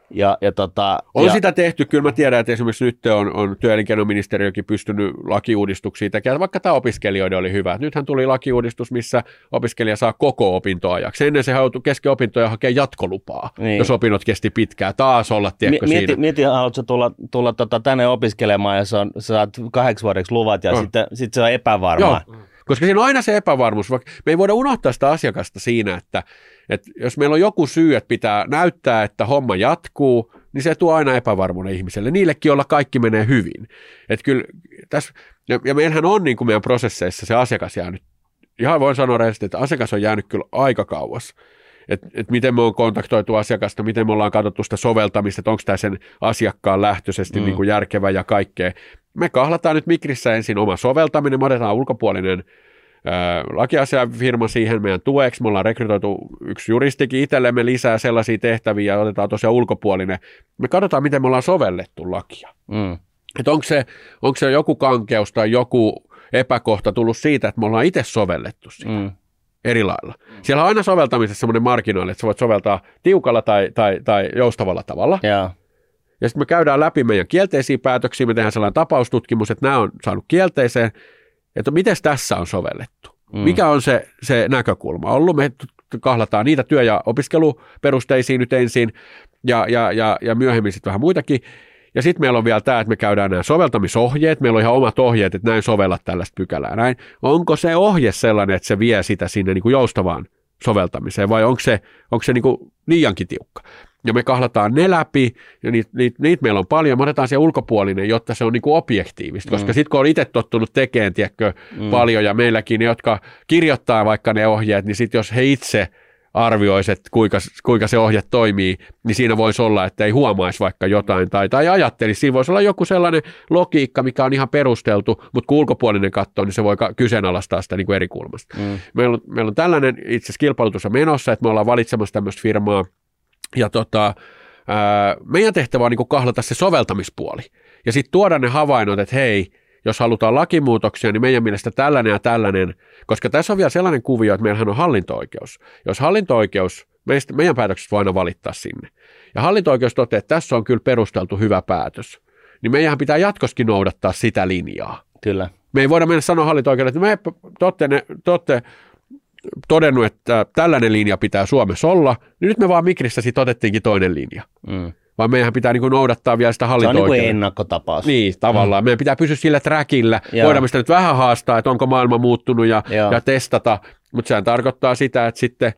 Sitä tehty, kyllä mä tiedän, että esimerkiksi nyt on työ- ja elinkeinoministeriökin pystynyt lakiuudistuksia tekemään, vaikka tämä opiskelijoiden oli hyvä. Nythän tuli lakiuudistus, missä opiskelija saa koko opintoajaksi. Ennen se joutui kesken opintoja hakemaan jatkolupaa, jos opinnot kesti pitkään. Taas olla, tiedätkö, siinä. Mieti, haluatko tulla tänne opiskelemaan, ja sä saat 8 vuodeksi luvat, ja sitten se on epävarmaa. Joo. Koska siinä on aina se epävarmuus. Me ei voida unohtaa sitä asiakasta siinä, että jos meillä on joku syy, että pitää näyttää, että homma jatkuu, niin se tuo aina epävarmuuden ihmiselle. Niillekin, joilla kaikki menee hyvin. Että kyllä tässä, ja meillähän on niin kuin meidän prosesseissa se asiakas jäänyt, ihan voin sanoa rehellisesti, että asiakas on jäänyt kyllä aika kauas. Että miten me on kontaktoitu asiakasta, miten me ollaan katsottu sitä soveltamista, että onko tämä sen asiakkaan lähtöisesti niin kuin järkevä ja kaikkea. Me kahlataan nyt Migrissä ensin oma soveltaminen, me otetaan ulkopuolinen lakiasiafirma siihen meidän tueksi, me ollaan rekrytoitu yksi juristikin itsellemme lisää sellaisia tehtäviä ja otetaan tosiaan ulkopuolinen. Me katsotaan, miten me ollaan sovellettu lakia. Että onko se joku kankeus tai joku epäkohta tullut siitä, että me ollaan itse sovellettu sitä eri lailla. Siellä on aina soveltamisessa semmoinen marginaali, että sä voit soveltaa tiukalla tai joustavalla tavalla. Yeah. Ja sitten me käydään läpi meidän kielteisiä päätöksiä, me tehdään sellainen tapaustutkimus, että nämä on saanut kielteiseen, että miten tässä on sovellettu. Mikä on se näkökulma ollut? Me kahlataan niitä työ- ja opiskeluperusteisiin nyt ensin ja myöhemmin sitten vähän muitakin. Ja sitten meillä on vielä tämä, että me käydään nämä soveltamisohjeet, meillä on ihan omat ohjeet, että näin sovellat tällaista pykälää. Näin. Onko se ohje sellainen, että se vie sitä sinne niin kuin joustavaan soveltamiseen vai onko se niin kuin liiankin tiukka? Ja me kahlataan ne läpi, ja niitä meillä on paljon, me otetaan siellä ulkopuolinen, jotta se on niin kuin objektiivista, koska sitten kun on itse tottunut tekemään, paljon, ja meilläkin ne, jotka kirjoittaa vaikka ne ohjeet, niin sitten jos he itse arvioisivat, että kuinka se ohje toimii, niin siinä voisi olla, että ei huomaisi vaikka jotain, tai ajattelisi, siinä voisi olla joku sellainen logiikka, mikä on ihan perusteltu, mutta kun ulkopuolinen katsoo, niin se voi kyseenalaistaa sitä niin kuin eri kulmasta. Meillä on tällainen itse asiassa kilpailutus menossa, että me ollaan valitsemassa tämmöistä firmaa, ja meidän tehtävä on niin kuin kahlata se soveltamispuoli ja sitten tuoda ne havainnot, että hei, jos halutaan lakimuutoksia, niin meidän mielestä tällainen ja tällainen, koska tässä on vielä sellainen kuvio, että meillähän on hallinto-oikeus. Jos hallinto-oikeus, meidän päätökset voi aina valittaa sinne, ja hallinto-oikeus toteaa, että tässä on kyllä perusteltu hyvä päätös, niin meidän pitää jatkoskin noudattaa sitä linjaa. Kyllä. Me ei voida mennä sanoa hallinto-oikeudelle, että te olette todennut, että tällainen linja pitää Suomessa olla, niin nyt me vaan Migrissä sitten otettiinkin toinen linja. Vaan meidän pitää niin kuin noudattaa vielä sitä hallinto-oikeutta. Se on niin kuin ennakkotapaus. Niin, tavallaan. Meidän pitää pysyä sillä trackillä. Voidaan sitä nyt vähän haastaa, että onko maailma muuttunut ja testata, mutta sehän tarkoittaa sitä, että sitten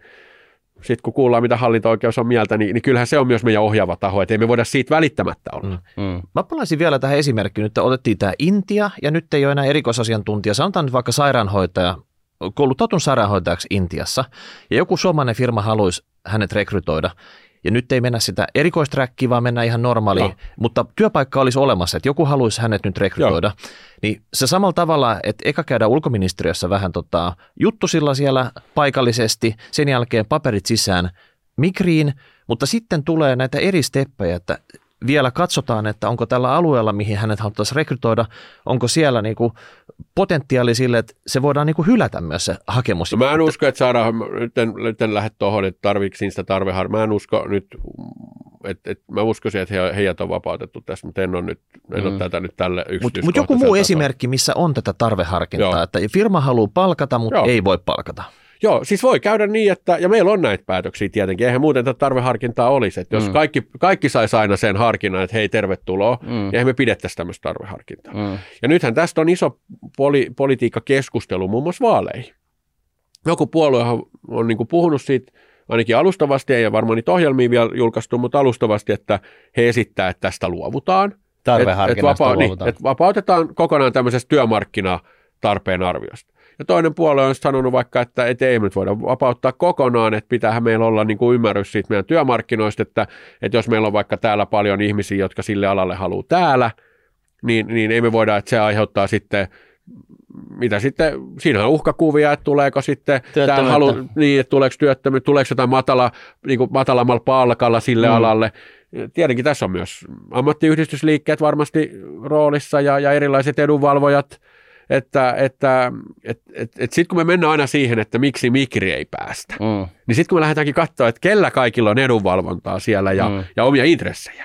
kun kuullaan, mitä hallinto-oikeus on mieltä, niin kyllähän se on myös meidän ohjaava taho, että ei me voida siitä välittämättä olla. Mä palaisin vielä tähän esimerkkiin. Nyt otettiin tämä Intia, ja nyt ei ole enää erikoisasiantuntija. Sanotaan nyt vaikka sairaanhoitaja, kouluttautunut sairaanhoitajaksi Intiassa, ja joku suomalainen firma haluaisi hänet rekrytoida. Ja nyt ei mennä sitä erikoisträkkiä, vaan mennään ihan normaaliin, mutta työpaikka olisi olemassa, että joku haluaisi hänet nyt rekrytoida. Niin se samalla tavalla, että eka käydään ulkoministeriössä vähän juttusilla siellä paikallisesti, sen jälkeen paperit sisään Migriin, mutta sitten tulee näitä eri steppejä, että vielä katsotaan, että onko tällä alueella, mihin hänet haluttaisiin rekrytoida, onko siellä niinku potentiaali sille, että se voidaan niinku hylätä myös se hakemus. No mä en usko, että saadaan, nyt en lähde tuohon, että tarviiko sitä tarveharkintaa. Mä en usko nyt, että mä uskoisin, että heidät on vapautettu tässä, mutta en ole tätä nyt tälle yksityiskohtaisella. Mutta joku muu esimerkki, missä on tätä tarveharkintaa, että firma haluaa palkata, mutta ei voi palkata. Joo, siis voi käydä niin, että, ja meillä on näitä päätöksiä tietenkin, eihän muuten tätä tarveharkintaa olisi, että jos kaikki saisi aina sen harkinnan, että hei tervetuloa, niin eihän me pidettäisi tämmöistä tarveharkintaa. Ja nythän tästä on iso politiikkakeskustelu muun muassa vaaleihin. Joku puoluehan on niin kuin puhunut siitä ainakin alustavasti, ei varmaan niitä ohjelmia vielä julkaistu, mutta alustavasti, että he esittää, että tästä luovutaan. Tarveharkinnasta luovutaan. Että vapautetaan kokonaan tämmöisestä työmarkkinatarpeen arviosta. Ja toinen puolue on sanonut vaikka, että ei me nyt voida vapauttaa kokonaan, että pitäähän meillä olla niin kuin ymmärrys siitä meidän työmarkkinoista, että jos meillä on vaikka täällä paljon ihmisiä, jotka sille alalle haluaa täällä, niin ei me voida, että se aiheuttaa sitten, mitä sitten, siinä on uhkakuvia, että tuleeko sitten, että tuleeko työttömyyttä, tuleeko jotain matalammalla palkalla sille alalle. Tietenkin tässä on myös ammattiyhdistysliikkeet varmasti roolissa ja erilaiset edunvalvojat, että sitten kun me mennään aina siihen, että miksi Migri ei päästä, niin sitten kun me lähdetäänkin katsoa, että kellä kaikilla on edunvalvontaa siellä ja omia intressejä,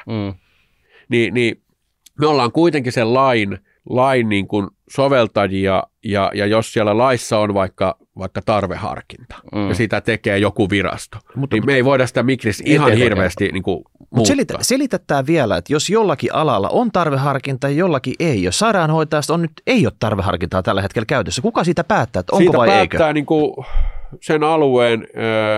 niin me ollaan kuitenkin sen lain niin kuin soveltajia ja jos siellä laissa on vaikka tarveharkinta ja sitä tekee joku virasto, niin me ei voida sitä Migrissä ihan hirveästi niin kuin muuttaa. Selitä tämä vielä, että jos jollakin alalla on tarveharkinta ja jollakin ei, jos sairaanhoitajasta ei ole tarveharkintaa tällä hetkellä käytössä, kuka siitä päättää, että onko siitä vai eikö? Siitä päättää niin kuin sen alueen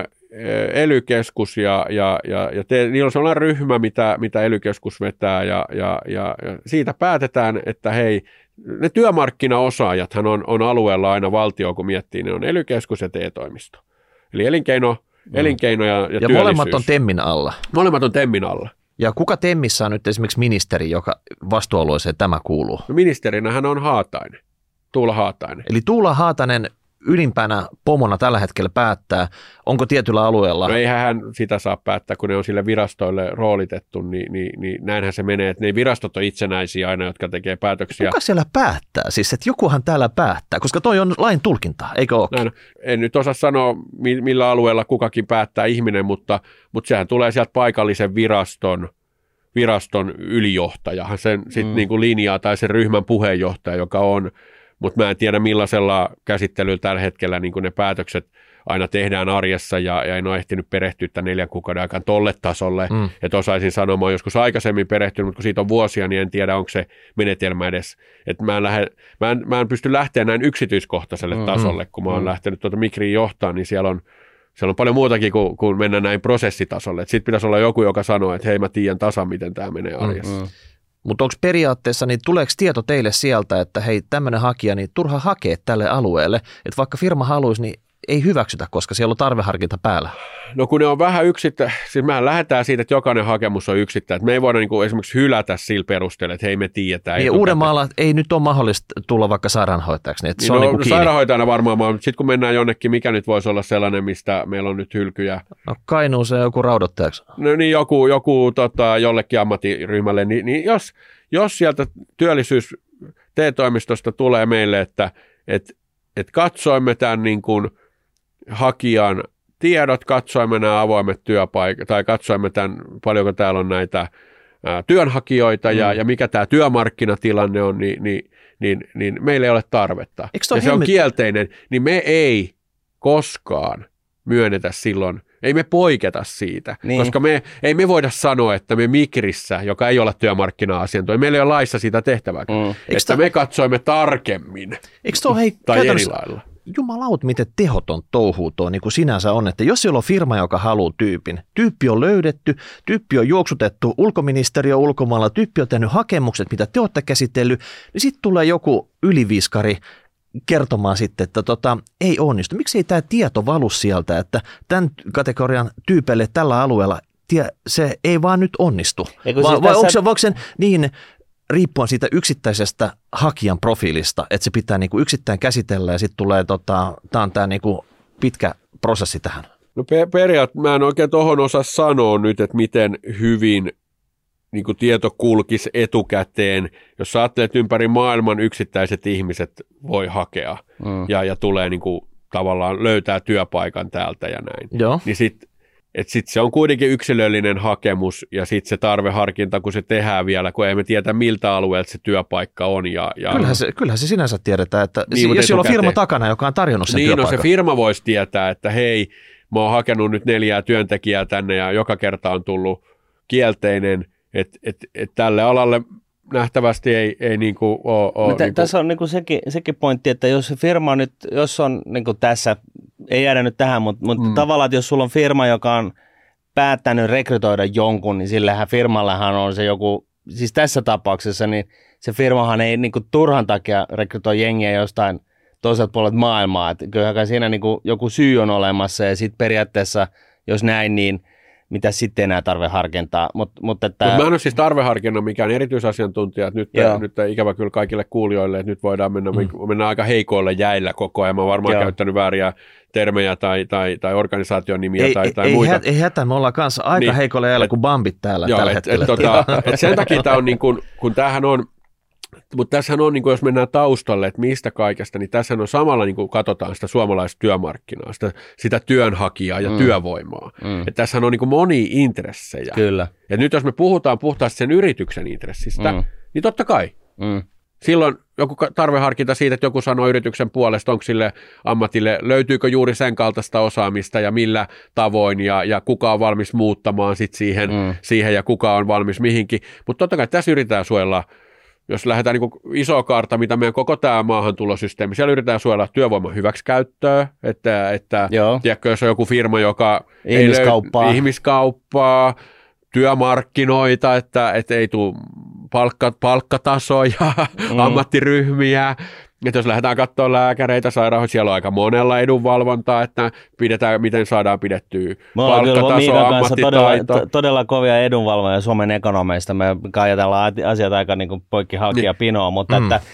ELY-keskus ja niillä on sellainen ryhmä, mitä ELY-keskus vetää ja siitä päätetään, että hei, ne työmarkkinaosaajathan on alueella aina valtio, kun miettii, ne on ELY-keskus ja TE-toimisto. Eli elinkeino ja työllisyys. Ja molemmat on TEMin alla. Molemmat on TEMin alla. Ja kuka TEMissä on nyt esimerkiksi ministeri, joka vastuualueeseen tämä kuuluu? No ministerinähän on Haatainen, Tuula Haatainen. Eli Tuula Haatainen ylimpänä pomona tällä hetkellä päättää, onko tietyllä alueella... No eihän hän sitä saa päättää, kun ne on sille virastoille roolitettu, niin näinhän se menee, että ne virastot on itsenäisiä aina, jotka tekee päätöksiä. Kuka siellä päättää? Siis, että jokuhan täällä päättää, koska toi on lain tulkinta, eikö olekin? Näin, en nyt osaa sanoa, millä alueella kukakin päättää ihminen, mutta sehän tulee sieltä paikallisen viraston ylijohtajahan sen sitten niin kuin linjaa tai sen ryhmän puheenjohtaja, joka on. Mutta mä en tiedä millaisella käsittelyllä tällä hetkellä niin ne päätökset aina tehdään arjessa ja en ole ehtinyt perehtyä tämän 4 kuukauden aikaan tolle tasolle, että osaisin sanoa, mä oon joskus aikaisemmin perehtynyt, mutta kun siitä on vuosia, niin en tiedä, onko se menetelmä edes, että mä en pysty lähteä näin yksityiskohtaiselle tasolle, kun mä oon lähtenyt Migriin johtaa, niin siellä on paljon muutakin kuin mennä näin prosessitasolle, että sitten pitäisi olla joku, joka sanoo, että hei mä tiedän tasan, miten tämä menee arjessa. Mutta onko periaatteessa, niin tuleeko tieto teille sieltä, että hei tämmöinen hakija, niin turha hakea tälle alueelle, että vaikka firma haluaisi, niin ei hyväksytä, koska siellä on tarveharkinta päällä? No kun ne on vähän siis mehän lähdetään siitä, että jokainen hakemus on yksittäin. Että me ei voida niin kuin esimerkiksi hylätä sillä perusteella, että hei me tiedetään. Niin Uudenmaalla ei nyt ole mahdollista tulla vaikka sairaanhoitajaksi. Niin se on niin kuin kiinni. Sairaanhoitajana varmaan, mutta sitten kun mennään jonnekin, mikä nyt voisi olla sellainen, mistä meillä on nyt hylkyjä. No Kainuussa joku raudoittajaksi. No niin, joku jollekin ammattiryhmälle, niin jos sieltä työllisyys TE-toimistosta tulee meille, että katsoimme tämän niin kuin hakijan tiedot, katsoimme nämä avoimet työpaikat, tai katsoimme tämän, paljonko täällä on näitä työnhakijoita ja mikä tämä työmarkkinatilanne on, niin meillä ei ole tarvetta. Ja se on kielteinen, niin me ei koskaan myönnetä silloin, ei me poiketa siitä, koska ei me voida sanoa, että me Migrissä, joka ei ole työmarkkina-asiantuntija, meillä ei ole laissa sitä tehtävääkään, että me katsoimme tarkemmin tai eri lailla. Jumalaut, miten tehoton touhuu tuo niin kuin sinänsä on, että jos siellä on firma, joka haluaa tyyppi on löydetty, tyyppi on juoksutettu ulkoministeriö ulkomailla, tyyppi on tehnyt hakemukset, mitä te olette käsitellyt, niin sitten tulee joku yliviskari kertomaan sitten, että ei onnistu. Miksi ei tämä tieto valu sieltä, että tämän kategorian tyypeille tällä alueella se ei vaan nyt onnistu? Vai onko se niin riippuen siitä yksittäisestä hakijan profiilista, että se pitää niinku yksittäin käsitellä ja sitten tulee, tämä on tämä niinku pitkä prosessi tähän? No mä en oikein tuohon osaa sanoa nyt, että miten hyvin niin kuin tieto kulkisi etukäteen, jos sä ajattelet, että ympäri maailman yksittäiset ihmiset voi hakea ja tulee niin kuin, tavallaan löytää työpaikan täältä ja näin. Joo. Niin sitten se on kuitenkin yksilöllinen hakemus ja sitten se tarveharkinta, kun se tehdään vielä, kun emme tiedä miltä alueelta se työpaikka on. Kyllähän se sinänsä tiedetään, että jos siellä on firma takana, joka on tarjonnut sen työpaikan. No se firma voisi tietää, että hei, mä oon hakenut nyt 4 työntekijää tänne ja joka kerta on tullut kielteinen, että tälle alalle nähtävästi ei niin kuin ole. Niin tässä on niin kuin sekin pointti, että jos firma nyt, jos on niin kuin tässä, ei jäädä nyt tähän, mutta tavallaan, että jos sulla on firma, joka on päättänyt rekrytoida jonkun, niin sillähän firmallahan on se joku, siis tässä tapauksessa, niin se firmahan ei niin kuin turhan takia rekrytoi jengiä jostain toiselta puolelta maailmaa, että kyllähän siinä niin kuin joku syy on olemassa ja sitten periaatteessa, jos näin, niin mitä sitten enää tarveharkintaa. Mutta mä en ole siis tarveharkinnan mikään erityisasiantuntija, että nyt ikävä kyllä kaikille kuulijoille, että nyt voidaan mennä aika heikoille jäillä koko ajan. Mä oon varmaan käyttänyt vääriä termejä tai organisaation nimiä tai muita. Ei hätä, me ollaan kanssa aika heikoille jäillä kuin Bambit täällä tällä hetkellä. Sen takia tämä on niin kuin, kun tämähän on, mutta tässähän on, niin kuin jos mennään taustalle, että mistä kaikesta, niin tässähän on samalla, niin kuin katsotaan sitä suomalaista työmarkkinaa, sitä työnhakijaa ja työvoimaa. Että tässähän on niin kuin monia intressejä. Kyllä. Ja nyt jos me puhutaan puhtaasti sen yrityksen intressistä, niin totta kai. Silloin joku tarveharkinta siitä, että joku sanoo yrityksen puolesta, onko sille ammatille, löytyykö juuri sen kaltaista osaamista ja millä tavoin ja kuka on valmis muuttamaan sit siihen ja kuka on valmis mihinkin. Mutta totta kai tässä yritetään suojella. Jos lähdetään niin isoa kaarta, mitä meidän koko tämä maahantulosysteemi, siellä yritetään suojella työvoiman hyväksikäyttöä, että tiedätkö, jos on joku firma, joka ihmiskauppaa, työmarkkinoita, että ei tule palkkatasoja, ammattiryhmiä. Että jos lähdetään katsoa lääkäreitä, sairaanhoitoa, siellä on aika monella edunvalvontaa, että pidetään, miten saadaan pidettyä palkkataso, ammattitaito. Todella kovia edunvalvoja Suomen ekonomeista. Me ajatellaan asiat aika niin kuin poikkihalkia pinoa, mutta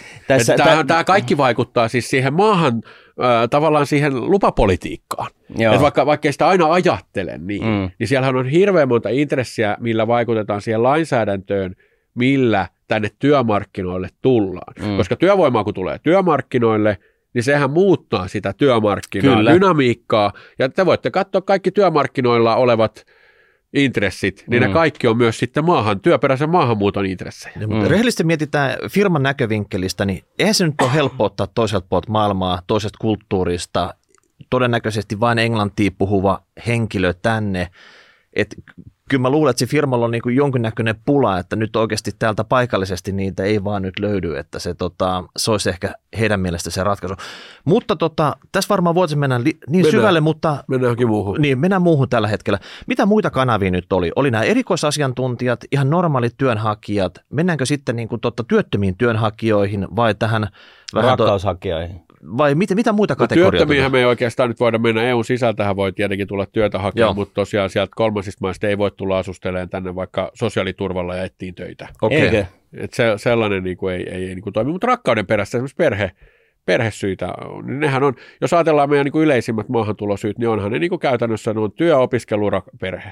tämä kaikki vaikuttaa siis siihen maahan, tavallaan siihen lupapolitiikkaan. Että vaikka ei sitä aina ajattele niin siellähän on hirveän monta intressiä, millä vaikutetaan siihen lainsäädäntöön, millä tänne työmarkkinoille tullaan. Koska työvoimaa kun tulee työmarkkinoille, niin sehän muuttaa sitä työmarkkinaa, dynamiikkaa. Ja te voitte katsoa kaikki työmarkkinoilla olevat intressit, niin ne kaikki on myös sitten työperäisen maahanmuuton intressejä. Rehellisesti mietitään firman näkövinkkelistä, niin eihän se nyt ole helppo ottaa toiselta puolta maailmaa, toisesta kulttuurista, todennäköisesti vain englantia puhuva henkilö tänne, että kyllä mä luulen, että se firmalla on niin kuin jonkinnäköinen pula, että nyt oikeasti täältä paikallisesti niitä ei vaan nyt löydy, että se olisi ehkä heidän mielestä se ratkaisu. Mutta tässä varmaan voitaisiin mennä syvälle, mutta mennään muuhun. Niin, mennään muuhun tällä hetkellä. Mitä muita kanavia nyt oli? Oli nämä erikoisasiantuntijat, ihan normaalit työnhakijat. Mennäänkö sitten niin kuin työttömiin työnhakijoihin vai tähän rakkaushakijoihin? vai mitä muita kategorioita? Työttömiähän me ei oikeastaan nyt voida mennä. EUn sisältähän voi tietenkin tulla työtä hakemaan, mutta tosiaan sieltä kolmansista maista ei voi tulla asustelemaan tänne vaikka sosiaaliturvalla ja etsiin töitä. Okay. Sellainen niin kuin ei niin kuin toimi, mutta rakkauden perässä esimerkiksi perhesyitä, niin nehän on, jos ajatellaan meidän niin kuin yleisimmät maahantulosyyt, niin onhan ne niin kuin käytännössä ne on työ, opiskelu, perhe.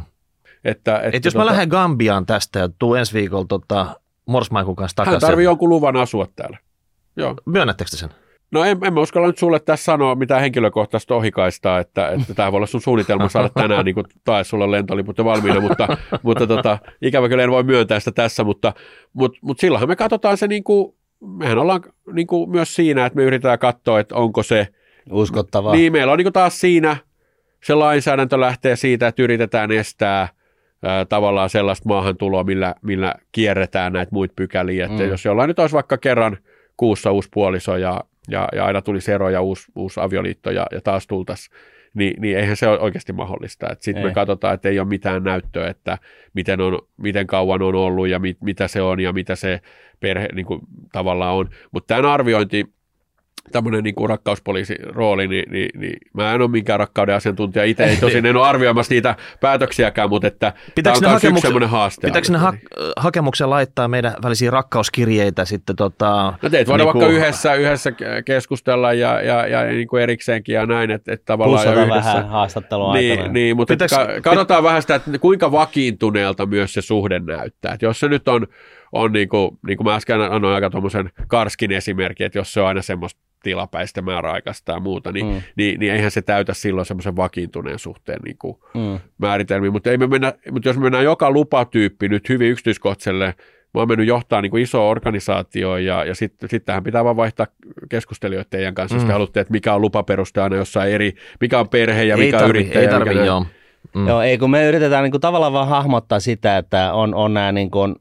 Että jos mä lähden Gambiaan tästä ja tuun ensi viikolla Morsmaikun kanssa takaisin. Hän tarvii jonkun luvan asua täällä. Joo. Myönnättekö te sen? No en mä uskalla nyt sulle tässä sanoa mitään henkilökohtaista ohikaistaa, että tämä voi olla sun suunnitelma saada tänään niin taas sulla lentoliput jo valmiina, mutta ikävä kyllä en voi myöntää sitä tässä, mutta silloinhan me katsotaan se, niin kuin, mehän ollaan niin kuin myös siinä, että me yritetään katsoa, että onko se uskottavaa. Niin, meillä on niin kuin taas siinä, se lainsäädäntö lähtee siitä, että yritetään estää tavallaan sellaista maahantuloa, millä kierretään näitä muita pykäliä, että jos jollain nyt olisi vaikka kerran kuussa uusi puoliso ja aina tulisi ero ja uusi avioliitto ja taas tultaisiin, niin eihän se ole oikeasti mahdollista. Sitten me katsotaan, että ei ole mitään näyttöä, että miten kauan on ollut ja mitä se on ja mitä se perhe niin kuin, tavallaan on. Mutta tämän arviointi, tämmöinen niin kuin rakkauspoliisirooli, niin mä en ole minkään rakkauden asiantuntija itse, ei tosin en ole arvioimassa niitä päätöksiäkään, mutta että tämä on myös yksi semmoinen haaste. Pitääkö ne hakemuksen laittaa meidän välisiä rakkauskirjeitä sitten? No teet voidaan niin vaikka yhdessä keskustella ja niin kuin erikseenkin ja näin, että tavallaan ja yhdessä. Vähän haastattelua aikana. Niin, mutta katsotaan vähän sitä, että kuinka vakiintuneelta myös se suhde näyttää. Että jos se nyt on niin kuin mä äsken annoin aika tuommoisen karskin esimerkin, että jos se on aina semmoista tilapäistä määräaikaista ja muuta, niin eihän se täytä silloin semmoisen vakiintuneen suhteen niin kuin määritelmiä. Mutta jos me mennään joka lupatyyppi nyt hyvin yksityiskohtaiselle, mä oon mennyt johtaa niin kuin isoa organisaatioon ja sittenhän pitää vaan vaihtaa keskustelijoita teidän kanssa, jos te haluatte, että mikä on lupaperuste aina jossain eri, mikä on perhe ja mikä on yrittäjä. Ei tarvitse, joo. Joo, ei kun me yritetään niin kuin tavallaan vaan hahmottaa sitä, että on nämä niin kuin,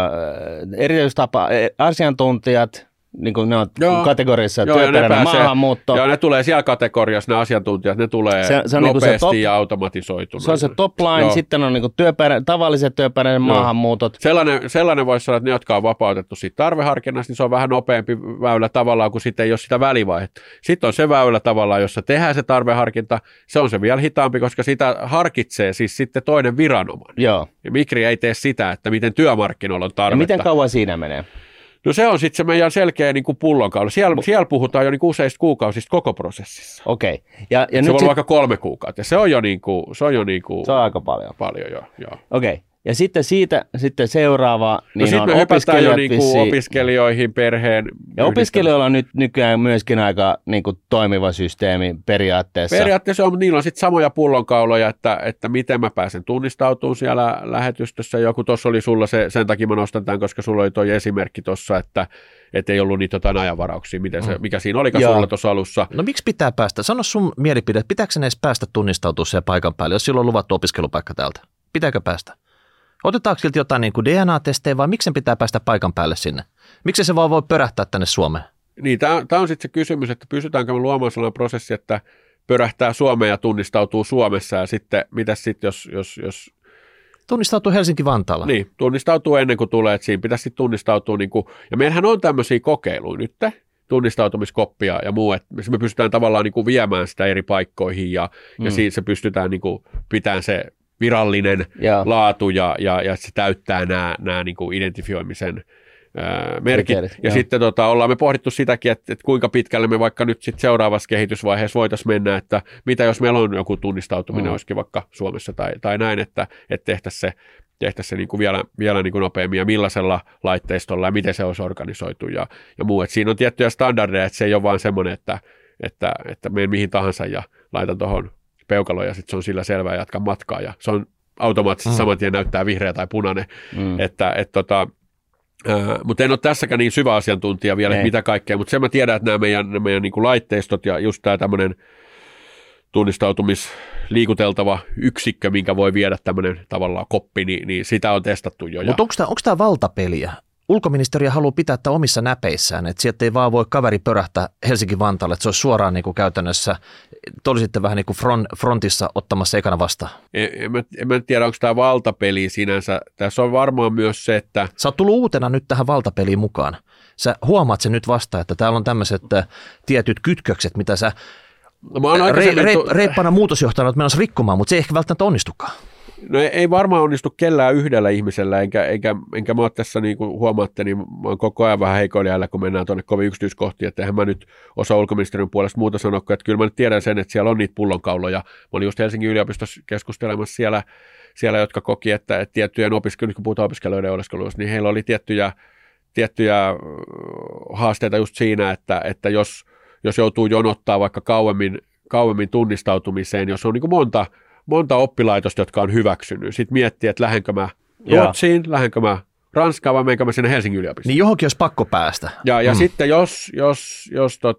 asiantuntijat, niin kuin ne on kategoriassa työperäinen maahanmuutto. Joo, ne tulee siellä kategoriassa, ne asiantuntijat, ne tulee se nopeasti ja automatisoituna. Se on se top line, sitten on niin kuin tavalliset työperäinen maahanmuutot. Sellainen voisi sanoa, että ne, jotka on vapautettu siitä tarveharkinnasta, niin se on vähän nopeampi väylä tavallaan, kun sitten ei ole sitä välivaihetta. Sitten on se väylä tavallaan, jossa tehdään se tarveharkinta, se on se vielä hitaampi, koska sitä harkitsee siis sitten toinen viranomainen. Joo. Ja Migri ei tee sitä, että miten työmarkkinoilla on tarvetta. Ja miten kauan siinä menee? No se on sitten se meidän selkeä niin kuin pullonkaula. Siellä puhutaan jo niin useista kuukausista koko prosessissa. Okei. Ja se voi olla vaikka 3 kuukautta. Se on aika paljon. Paljon, joo. Okei. Ja sitten siitä seuraava, niin sitten me hypätään jo niin kuin opiskelijoihin, perheen. Ja opiskelijoilla on nyt nykyään myöskin aika niin kuin toimiva systeemi periaatteessa. Periaatteessa on, mutta niillä on sitten samoja pullonkauloja, että miten mä pääsen tunnistautumaan siellä lähetystössä. Joku tuossa oli sulla sen takia mä nostan tämän, koska sulla oli toi esimerkki tuossa, että ei ollut niitä jotain ajanvarauksia, mikä siinä olikaan sulla tuossa alussa. No miksi pitää päästä? Sano sun mielipide, pitääkö sen edes päästä tunnistautumaan siellä paikan päälle, jos silloin on luvattu opiskelupaikka täältä? Pitääkö päästä? Otetaanko silti jotain niin kuin DNA-testejä vai miksi sen pitää päästä paikan päälle sinne? Miksi se vaan voi pörähtää tänne Suomeen? Niin, tämä on sitten se kysymys, että pystytäänkö me luomaan sellainen prosessi, että pörähtää Suomeen ja tunnistautuu Suomessa ja sitten mitäs sitten jos tunnistautuu Helsinki-Vantaalla. Niin, tunnistautuu ennen kuin tulee, että siinä pitäisi sitten tunnistautua niin kuin, ja meillähän on tämmöisiä kokeiluja nyt, tunnistautumiskoppia ja muu, että me pystytään tavallaan niin kuin viemään sitä eri paikkoihin ja siinä se pystytään niin kuin pitämään se virallinen laatu ja se täyttää nämä niin kuin identifioimisen merkit. Ja sitten ollaan me pohdittu sitäkin, että kuinka pitkälle me vaikka nyt sitten seuraavassa kehitysvaiheessa voitaisiin mennä, että mitä jos meillä on joku tunnistautuminen olisikin vaikka Suomessa tai näin, että tehtäisiin se niin kuin vielä niin kuin nopeammin ja millaisella laitteistolla ja miten se olisi organisoitu ja muu. Et siinä on tiettyjä standardeja, että se ei ole vaan semmoinen, että menen mihin tahansa ja laitan tuohon peukalo ja sitten se on sillä selvää ja jatkan matkaa ja se on automaattisesti saman tien näyttää vihreä tai punainen. Mutta en ole tässäkään niin syvä asiantuntija vielä, että mitä kaikkea, mutta sen mä tiedän, että nämä meidän niin kuin laitteistot ja just tämä tämmöinen tunnistautumisliikuteltava yksikkö, minkä voi viedä tämmöinen tavallaan koppi, niin sitä on testattu jo. Mutta onko tämä valtapeliä? ulkoministeriö haluaa pitää tämä omissa näpeissään, että sieltä ei vaan voi kaveri pörähtää Helsinki-Vantaalle, että se olisi suoraan niin kuin käytännössä, te olisitte vähän niin kuin frontissa ottamassa ekana vastaan. En mä tiedä, onko tämä valtapeli sinänsä. Tässä on varmaan myös se, että... Sä oot tullut uutena nyt tähän valtapeliin mukaan. Sä huomaat sen nyt vasta, että täällä on tämmöiset tietyt kytkökset, mitä sä reippana muutosjohtajana olet menossa rikkomaan, mutta se ei ehkä välttämättä onnistukaan. No ei varmaan onnistu kellään yhdellä ihmisellä, enkä mä ole tässä, niin kuin huomaatte, niin mä oon koko ajan vähän heikoilla, kun mennään tuonne kovin yksityiskohtiin, että eihän mä nyt osaa ulkoministeriön puolesta muuta sanoa, että kyllä mä nyt tiedän sen, että siellä on niitä pullonkauloja. Mä olin just Helsingin yliopistossa keskustelemassa siellä jotka koki, että tiettyjen opiskelijoiden, kun puhutaan opiskelijoiden oleskeluista, niin heillä oli tiettyjä haasteita just siinä, että jos joutuu jonottaa vaikka kauemmin tunnistautumiseen, jos on niin kuin monta oppilaitosta, jotka on hyväksynyt. Sitten miettii, että lähdenkö mä Ruotsiin, lähdenkö mä Ranskaan vai menkö mä sinne Helsingin yliopistoon. Niin johonkin olisi pakko päästä. Ja sitten jos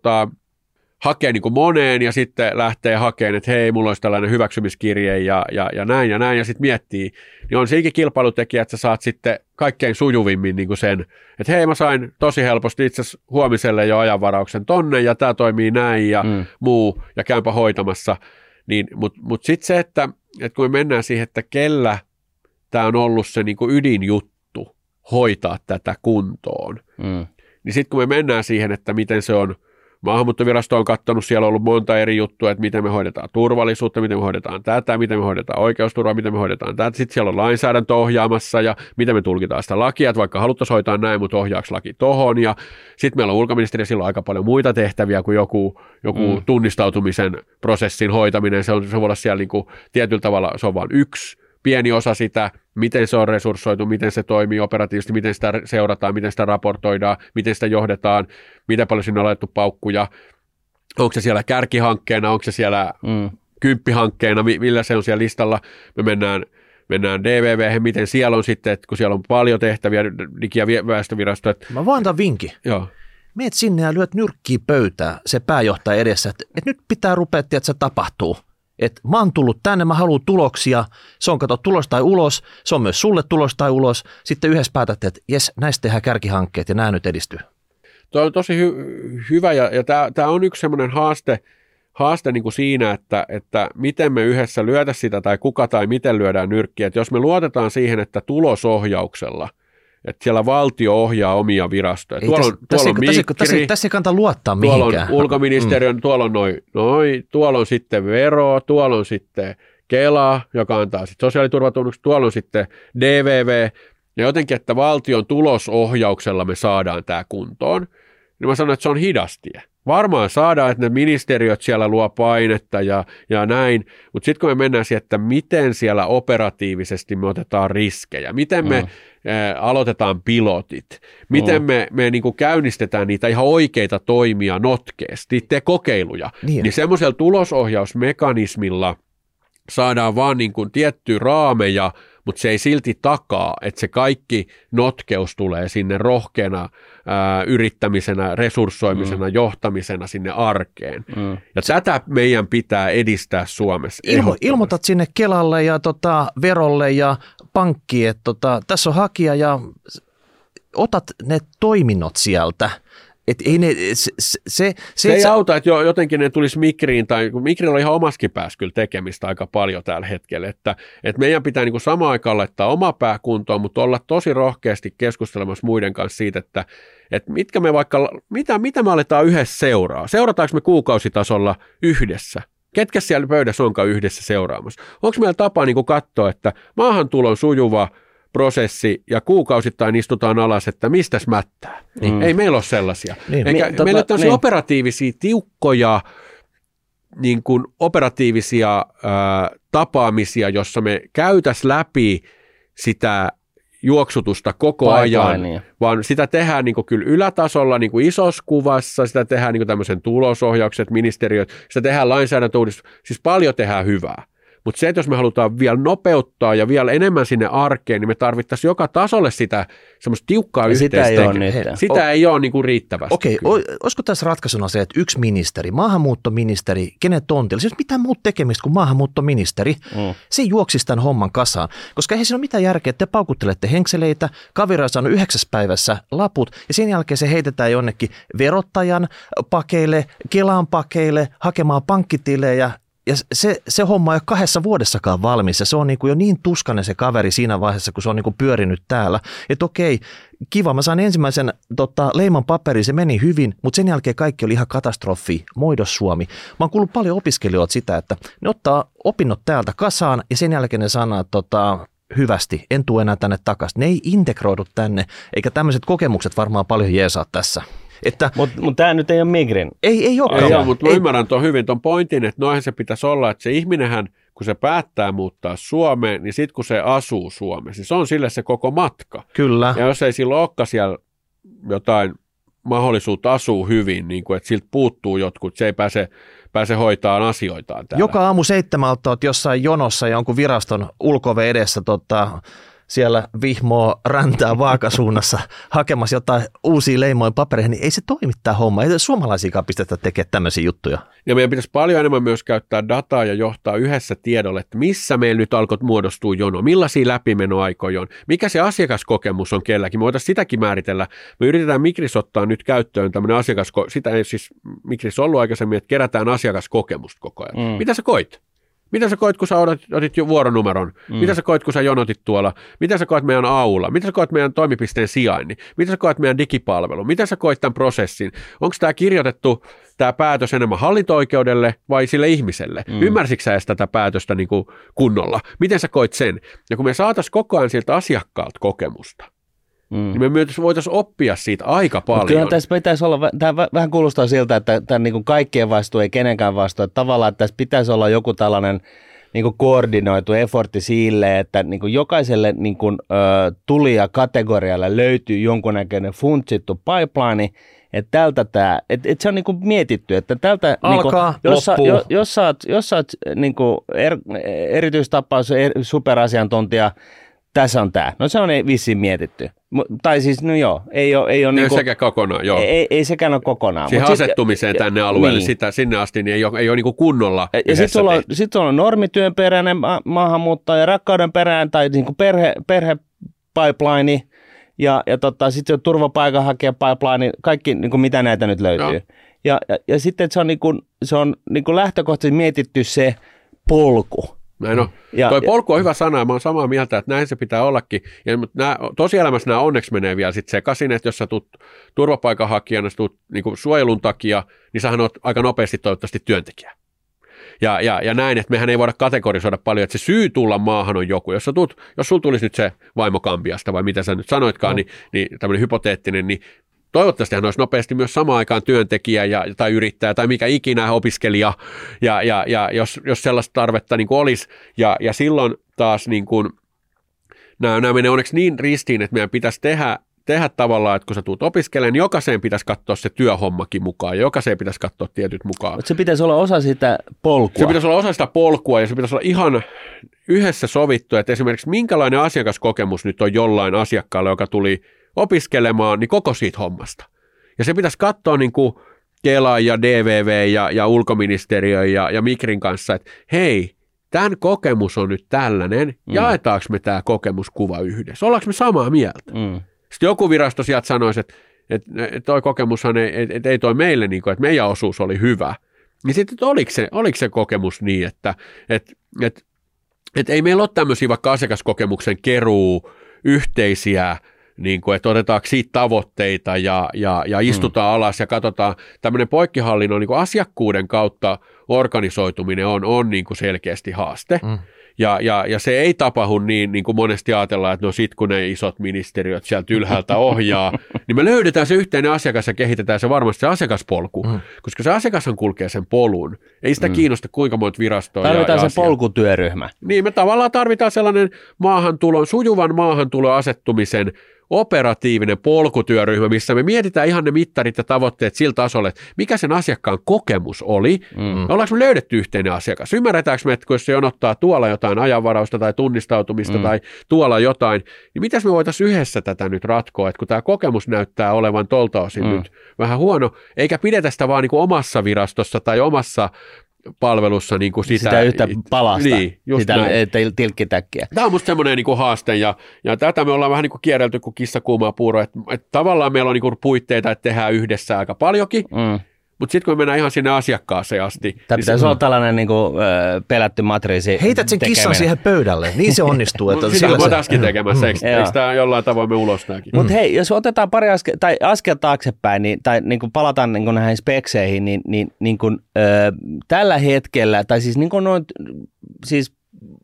hakee niin kuin moneen ja sitten lähtee hakemaan, että hei, mulla olisi tällainen hyväksymiskirje ja näin ja sitten miettii, niin on siinäkin kilpailutekijä, että sä saat sitten kaikkein sujuvimmin niin kuin sen, että hei, mä sain tosi helposti itse asiassa huomiselle jo ajanvarauksen tonne ja tämä toimii näin ja muu ja käympä hoitamassa. Niin, mutta sitten se, että kun me mennään siihen, että kellä tämä on ollut se niin kuin ydinjuttu hoitaa tätä kuntoon, niin sitten kun me mennään siihen, että miten se on, Maahanmuuttovirasto on katsonut, siellä on ollut monta eri juttua, että miten me hoidetaan turvallisuutta, miten me hoidetaan tätä, miten me hoidetaan oikeusturvaa, miten me hoidetaan tätä. Sitten siellä on lainsäädäntö ohjaamassa ja miten me tulkitaan sitä lakia, että vaikka haluttaisiin hoitaa näin, mutta ohjaako laki tohon. Ja sitten meillä on ulkoministeriö, sillä on aika paljon muita tehtäviä kuin joku tunnistautumisen prosessin hoitaminen. Se voi olla siellä niin kuin, tietyllä tavalla, se on vain yksi pieni osa sitä, miten se on resurssoitu, miten se toimii operatiivisesti, miten sitä seurataan, miten sitä raportoidaan, miten sitä johdetaan, miten paljon sinne on laitettu paukkuja, onko se siellä kärkihankkeena, onko se siellä kymppihankkeena, millä se on siellä listalla, me mennään DVV:hen, miten siellä on sitten, että kun siellä on paljon tehtäviä, Digi- ja väestövirasto. Mä vaan antaa vinkin. Joo. Meet sinne ja lyöt nyrkkiä pöytää se pääjohtaja edessä, että nyt pitää rupea, että se tapahtuu. Että mä oon tullut tänne, mä haluan tuloksia, se on kato tulos tai ulos, se on myös sulle tulos tai ulos, sitten yhdessä päätätte, että jes, näistä tehdään kärkihankkeet ja nämä nyt edistyy. Tuo on tosi hyvä ja tämä on yksi semmoinen haaste niin kuin siinä, että miten me yhdessä lyödä sitä tai kuka tai miten lyödään nyrkkiä. Että jos me luotetaan siihen, että tulosohjauksella, että siellä valtio ohjaa omia virastoja. Tässä ei kannata luottaa mihinkään. Tuolla on ulkoministeriön, tuolla on tuolla on sitten vero, tuolla on sitten Kela, joka antaa sitten sosiaaliturvatunnukset, tuolla on sitten DVV, ja jotenkin, että valtion tulosohjauksella me saadaan tämä kuntoon, niin mä sanon, että se on hidastie. Varmaan saadaan, että ne ministeriöt siellä luo painetta ja näin, mutta sitten kun me mennään siihen, että miten siellä operatiivisesti me otetaan riskejä, miten me aloitetaan pilotit, miten me niin kuin käynnistetään niitä ihan oikeita toimia notkeasti, kokeiluja, niin semmoisella tulosohjausmekanismilla saadaan vaan niin kuin tiettyjä raameja, mutta se ei silti takaa, että se kaikki notkeus tulee sinne rohkeana yrittämisenä, resurssoimisena, johtamisena sinne arkeen. Ja tätä meidän pitää edistää Suomessa. Ilmoitat sinne Kelalle ja verolle ja pankkiin, että tässä on hakija ja otat ne toiminnot sieltä. Et ei ne, se ei auta, että jotenkin ne tulisi Migriin, tai Migrillä on ihan omaskin päässä kyllä tekemistä aika paljon tällä hetkellä, että meidän pitää niin kuin samaan aikaan laittaa oma pää kuntoon, mutta olla tosi rohkeasti keskustelemassa muiden kanssa siitä, että mitkä me vaikka, mitä me aletaan yhdessä seuraa. Seurataanko me kuukausitasolla yhdessä? Ketkä siellä pöydässä onkaan yhdessä seuraamassa? Onko meillä tapa niin kuin katsoa, että maahantulon sujuva prosessi ja kuukausittain istutaan alas, että mistäs mättää. Ei meillä ole sellaisia. Meillä on tällaisia operatiivisia, tiukkoja, niin kuin operatiivisia tapaamisia, jossa me käytäisiin läpi sitä juoksutusta koko ajan, vaan sitä tehdään niin kuin kyllä ylätasolla niin kuin isossa kuvassa, sitä tehdään niin kuin tämmöisen tulosohjaukset, ministeriöt, sitä tehdään lainsäädäntöuudistus, siis paljon tehdään hyvää. Mutta se, että jos me halutaan vielä nopeuttaa ja vielä enemmän sinne arkeen, niin me tarvittaisiin joka tasolle sitä semmoista tiukkaa yhteistyötä. Sitä ei ole niin kuin riittävästi. Okei, olisiko tässä ratkaisuna se, että yksi ministeri, maahanmuuttoministeri, kenen tontilla, siis mitään muuta tekemistä kuin maahanmuuttoministeri, se juoksisi tämän homman kasaan. Koska eihän siinä ole mitään järkeä, että te paukuttelette henkseleitä, kaveri on saanut 9 päivässä laput ja sen jälkeen se heitetään jonnekin verottajan pakeille, Kelan pakeille, hakemaan pankkitilejä. Ja se homma ei ole 2 vuodessakaan valmis ja se on jo niin tuskainen se kaveri siinä vaiheessa, kun se on pyörinyt täällä. Että okei, kiva, mä sain ensimmäisen leiman paperin, se meni hyvin, mutta sen jälkeen kaikki oli ihan katastrofi, moidos Suomi. Mä oon kuullut paljon opiskelijoilta sitä, että ne ottaa opinnot täältä kasaan ja sen jälkeen ne sanoo, että hyvästi, en tule enää tänne takaisin. Ne ei integroidu tänne, eikä tämmöiset kokemukset varmaan paljon jeesaa tässä. Mutta tämä nyt ei ole Migrin. Ei olekaan. Ei, mutta mä ymmärrän tuon hyvin tuon pointin, että noinhan se pitäisi olla, että se ihminenhän, kun se päättää muuttaa Suomeen, niin sitten kun se asuu Suomessa, se on sille se koko matka. Kyllä. Ja jos ei sillä olekaan siellä jotain mahdollisuutta asua hyvin, niin kuin, että siltä puuttuu jotkut, se ei pääse hoitamaan asioitaan täällä. Joka aamu 7 olet jossain jonossa jonkun viraston ulkove edessä siellä vihmoo räntää vaakasuunnassa hakemassa jotain uusia leimoja papereihin, niin ei se toimi tämä homma. Ei suomalaisiakaan pistetä tekemään tämmöisiä juttuja. Ja meidän pitäisi paljon enemmän myös käyttää dataa ja johtaa yhdessä tiedolle, että missä meillä nyt alkoi muodostua jono, millaisia läpimenoaikoja on, mikä se asiakaskokemus on kelläkin. Me voitaisiin sitäkin määritellä. Me yritetään Migris ottaa nyt käyttöön tämmöinen sitä ei siis Migris ollut aikaisemmin, että kerätään asiakaskokemusta koko ajan. Mitä sä koit? Mitä sä koit, kun sä otit jo vuoronumeron? Mitä sä koit, kun sä jonotit tuolla? Mitä sä koit meidän aula? Mitä sä koit meidän toimipisteen sijainnin? Mitä sä koit meidän digipalvelu? Mitä sä koit tämän prosessin? Onko tämä kirjoitettu, tämä päätös enemmän hallinto-oikeudelle vai sille ihmiselle? Ymmärsitkö sä edes tätä päätöstä niin kuin kunnolla? Miten sä koit sen? Ja kun me saataisiin koko ajan siltä asiakkaalta kokemusta, niin me voitaisiin oppia siitä aika paljon. Kyllä tässä pitäisi olla, tämä vähän kuulostaa siltä, että tämä niin kuin kaikkien vastuu ei kenenkään vastuu. Että tavallaan että tässä pitäisi olla joku tällainen niin kuin koordinoitu effortti sille, että niin kuin jokaiselle niin kuin, tulija-kategorialle löytyy jonkunnäköinen funtsittu pipeline, että tältä tämä, että se on niin kuin mietitty, että tältä alkaa, niin kuin, jos sä oot niin kuin erityistapaus, superasiantuntija, tässä on tämä. No se on vissiin mietitty. Tai siis, no joo, ei ole niin kuin, sekä kokonaan, joo. Ei sekään ole kokonaan. Siihen asettumiseen tänne alueelle, niin. Sinne asti, niin ei ole niin kuin kunnolla ja sitten sulla on normityönperäinen maahanmuuttaja, rakkaudenperäinen tai niin kuin perhepipeline ja sitten se on turvapaikanhakija pipeline, kaikki niin kuin mitä näitä nyt löytyy. No. Ja sitten että se on niin kuin lähtökohtaisesti mietitty se polku. Näin on. Toi polku on hyvä sana ja mä oon samaa mieltä, että näin se pitää ollakin. Ja tosielämässä nämä onneksi menee vielä sitten sekaisin, että jos sä tulet turvapaikanhakijana, sä tulet niin suojelun takia, niin sähän oot aika nopeasti toivottavasti työntekijä. Ja näin, että mehän ei voida kategorisoida paljon, että se syy tulla maahan on joku. Jos sulla tulisi nyt se vaimo Gambiasta vai mitä sä nyt sanoitkaan, niin tämmöinen hypoteettinen, niin toivottavasti hän olisi nopeasti myös samaan aikaan työntekijä tai yrittäjä tai mikä ikinä opiskelija, ja jos sellaista tarvetta niin kuin olisi. Ja silloin taas niin kuin, nämä menee onneksi niin ristiin, että meidän pitäisi tehdä tavallaan, että kun sä tulet opiskelemaan, niin jokaiseen pitäisi katsoa se työhommakin mukaan, ja jokaiseen pitäisi katsoa tietyt mukaan. Mutta se pitäisi olla osa sitä polkua. Se pitäisi olla osa sitä polkua, ja se pitäisi olla ihan yhdessä sovittu, että esimerkiksi minkälainen asiakaskokemus nyt on jollain asiakkaalle, joka tuli opiskelemaan, niin koko siitä hommasta. Ja se pitäisi katsoa niin kuin Kela ja DVV ja ulkoministeriö ja Migrin kanssa, että hei, tämän kokemus on nyt tällainen, jaetaanko me tämä kokemuskuva yhdessä? Ollaanko me samaa mieltä? Sitten joku virasto sieltä sanoisi, että toi kokemushan ei toi meille, niin kuin, että meidän osuus oli hyvä. Niin sitten, että oliko se kokemus niin, että ei meillä ole tämmöisiä vaikka asiakaskokemuksen keruu yhteisiä, niin kuin, että otetaanko siitä tavoitteita ja istutaan alas ja katsotaan. Tämmöinen poikkihallinnon niin kuin asiakkuuden kautta organisoituminen on niin kuin selkeästi haaste. Ja se ei tapahdu niin kuin monesti ajatellaan, että no sit kun ne isot ministeriöt sieltä ylhäältä ohjaa, niin me löydetään se yhteinen asiakas ja kehitetään se varmasti se asiakaspolku, koska se asiakashan kulkee sen polun. Ei sitä kiinnosta kuinka monta virastoa. Tarvitaan se polkutyöryhmä. Niin, me tavallaan tarvitaan sellainen sujuvan maahantulon asettumisen operatiivinen polkutyöryhmä, missä me mietitään ihan ne mittarit ja tavoitteet sillä tasolla, että mikä sen asiakkaan kokemus oli. Ollaanko me löydetty yhteinen asiakas? Ymmärretäänkö me, että kun se jonottaa tuolla jotain ajanvarausta tai tunnistautumista tai tuolla jotain, niin mitäs me voitaisiin yhdessä tätä nyt ratkoa, että kun tämä kokemus näyttää olevan tolta osin nyt vähän huono, eikä pidetä sitä vaan niin kuin omassa virastossa tai omassa palvelussa niin kuin sitä yhtä palasta, niin, sitä tilkkitäkkiä. Tämä on musta semmoinen niin kuin haaste, ja tätä me ollaan vähän niin kuin kierrelty kuin kissa kuumaa puuroa, että tavallaan meillä on niin kuin puitteita, että tehdään yhdessä aika paljonkin, mutta sitten kun me mennään ihan sinne asiakkaaseen asti. Tämä pitäisi olla tällainen niin kuin, pelätty matriisi. Heität sen kissan siihen pöydälle, niin se onnistuu. Sitä me voit äsken tekemässä, eikö tämä jollain tavoin me ulos nämäkin? Mutta hei, jos otetaan pari askel taaksepäin, tai niin kuin palataan niin kuin näihin spekseihin, niin kuin, tällä hetkellä, tai siis, niin kuin noin, siis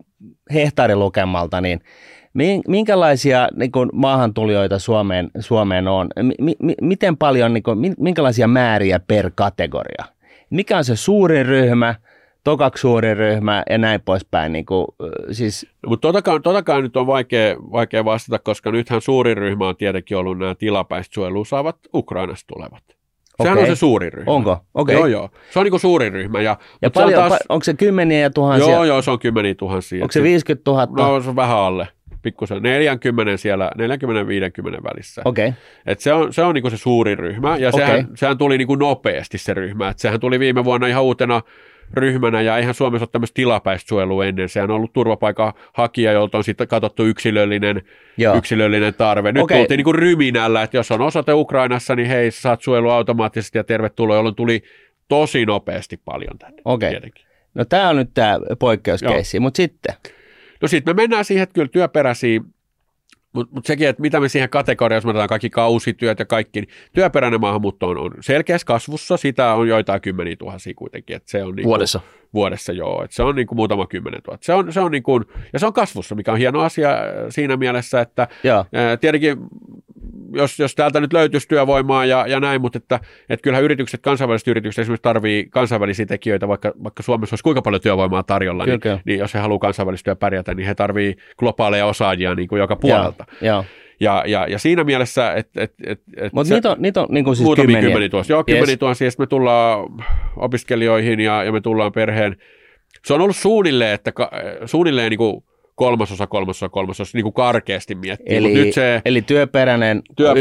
hehtaarilukemalta, niin minkälaisia niin kuin maahantulijoita Suomeen on? Miten paljon, niin kuin, minkälaisia määriä per kategoria? Mikä on se suurin ryhmä, tokaksi suurin ryhmä ja näin poispäin? Niin kuin, siis... Mutta totakaan nyt on vaikea vastata, koska nythän suurin ryhmä on tietenkin ollut nämä tilapäistä suojelua saavat Ukrainasta tulevat. Sehän on se suurin ryhmä. Onko? Okay. Joo. Se on niin kuin suurin ryhmä. Ja paljon, onko se kymmeniä ja tuhansia? Joo, se on 10 000. Onko se 50 000? No, se on vähän alle. Pikkusen 40 siellä, 40-50 välissä. Okay. Et se on niinku se suurin ryhmä, ja sehän tuli niinku nopeasti se ryhmä. Et sehän tuli viime vuonna ihan uutena ryhmänä, ja eihän Suomessa ole tämmöistä tilapäistä suojelua ennen. Sehän on ollut turvapaikanhakija, jolta on sitten katsottu yksilöllinen tarve. Nyt tultiin niinku ryminällä, että jos on osoite Ukrainassa, niin hei, sä saat suojelua automaattisesti ja tervetuloa, jolloin tuli tosi nopeasti paljon tänne. Tietenkin. No tämä on nyt tämä poikkeuskeissi, mutta sitten... No sitten me mennään siihen, että kyllä työperäisiä, mutta sekin, että mitä me siihen kategoriaan, jos me otetaan kaikki kausityöt ja kaikki, niin työperäinen maahanmuutto on selkeässä kasvussa, sitä on joitain 10 000 kuitenkin. Että se on niin vuodessa? Vuodessa, joo. Että se on niin kuin muutama 10 000. Se on niin kuin, ja se on kasvussa, mikä on hieno asia siinä mielessä, että tietenkin jos täältä nyt löytyisi työvoimaa ja näin, mutta että kyllähän kansainväliset yritykset esimerkiksi tarvii kansainvälisiä tekijöitä, vaikka Suomessa olisi kuinka paljon työvoimaa tarjolla, niin jos he haluaa kansainvälistyä pärjätä, niin he tarvii globaaleja osaajia niin kuin joka puolelta. Ja siinä mielessä, mutta niitä on niin kuin siis kymmeniä 10 000. Joo, 10 000, siis me tullaan opiskelijoihin ja me tullaan perheen. Se on ollut suunnilleen niin kuin kolmasosa, niin kuin karkeasti miettii. Eli työperäinen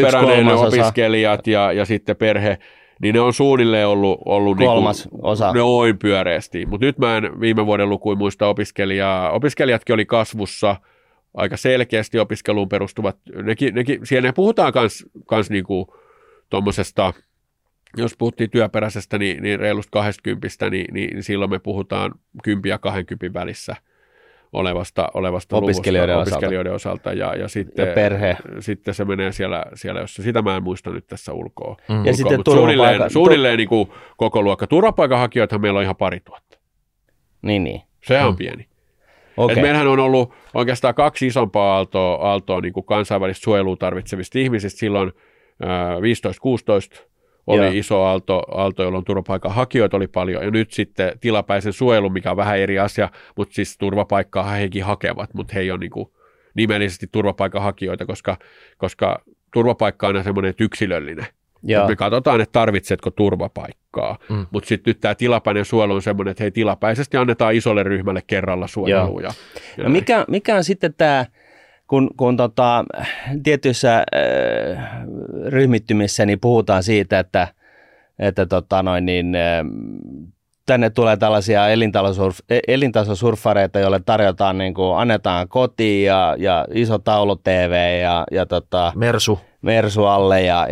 opiskelijat ja sitten perhe, niin ne on suunnilleen ollut kolmasosa. Noin pyöreästi. Mutta nyt mä en viime vuoden lukuin muista opiskelijatkin oli kasvussa aika selkeästi opiskeluun perustuvat. Siellä ne puhutaan kans niinku tuommoisesta, jos puhuttiin työperäisestä, niin reilusta 20, niin silloin me puhutaan 10 ja 20 välissä olevasta opiskelijoiden osalta ja sitten, sitten se menee siellä jossa sitä mä en muista nyt tässä ulkoa. Ja sitten suunnilleen niin kuin koko luokka. Turvapaikanhakijoita meillä on ihan 2 000. Niin. Se on pieni. Okay. Meillähän on ollut oikeastaan 2 isompaa aaltoa niin kuin kansainvälistä suojelua tarvitsevista ihmisistä. Silloin 15-16 oli iso aalto, jolloin turvapaikanhakijoita oli paljon, ja nyt sitten tilapäisen suojelun, mikä on vähän eri asia, mutta siis turvapaikkaa hekin hakevat, mutta he ei ole niin kuin nimellisesti turvapaikanhakijoita, koska turvapaikka on semmoinen yksilöllinen. Me katsotaan, että tarvitsetko turvapaikkaa, mutta sitten nyt tämä tilapäinen suojelu on semmoinen, että hei, tilapäisesti annetaan isolle ryhmälle kerralla suojelua. No mikä on sitten tämä, kun tietyissä ryhmittymissä niin puhutaan siitä, että tänne tulee tällaisia elintasosurffareita, joille tarjotaan, niin kuin, annetaan koti ja iso taulu-TV ja Mersu alle ja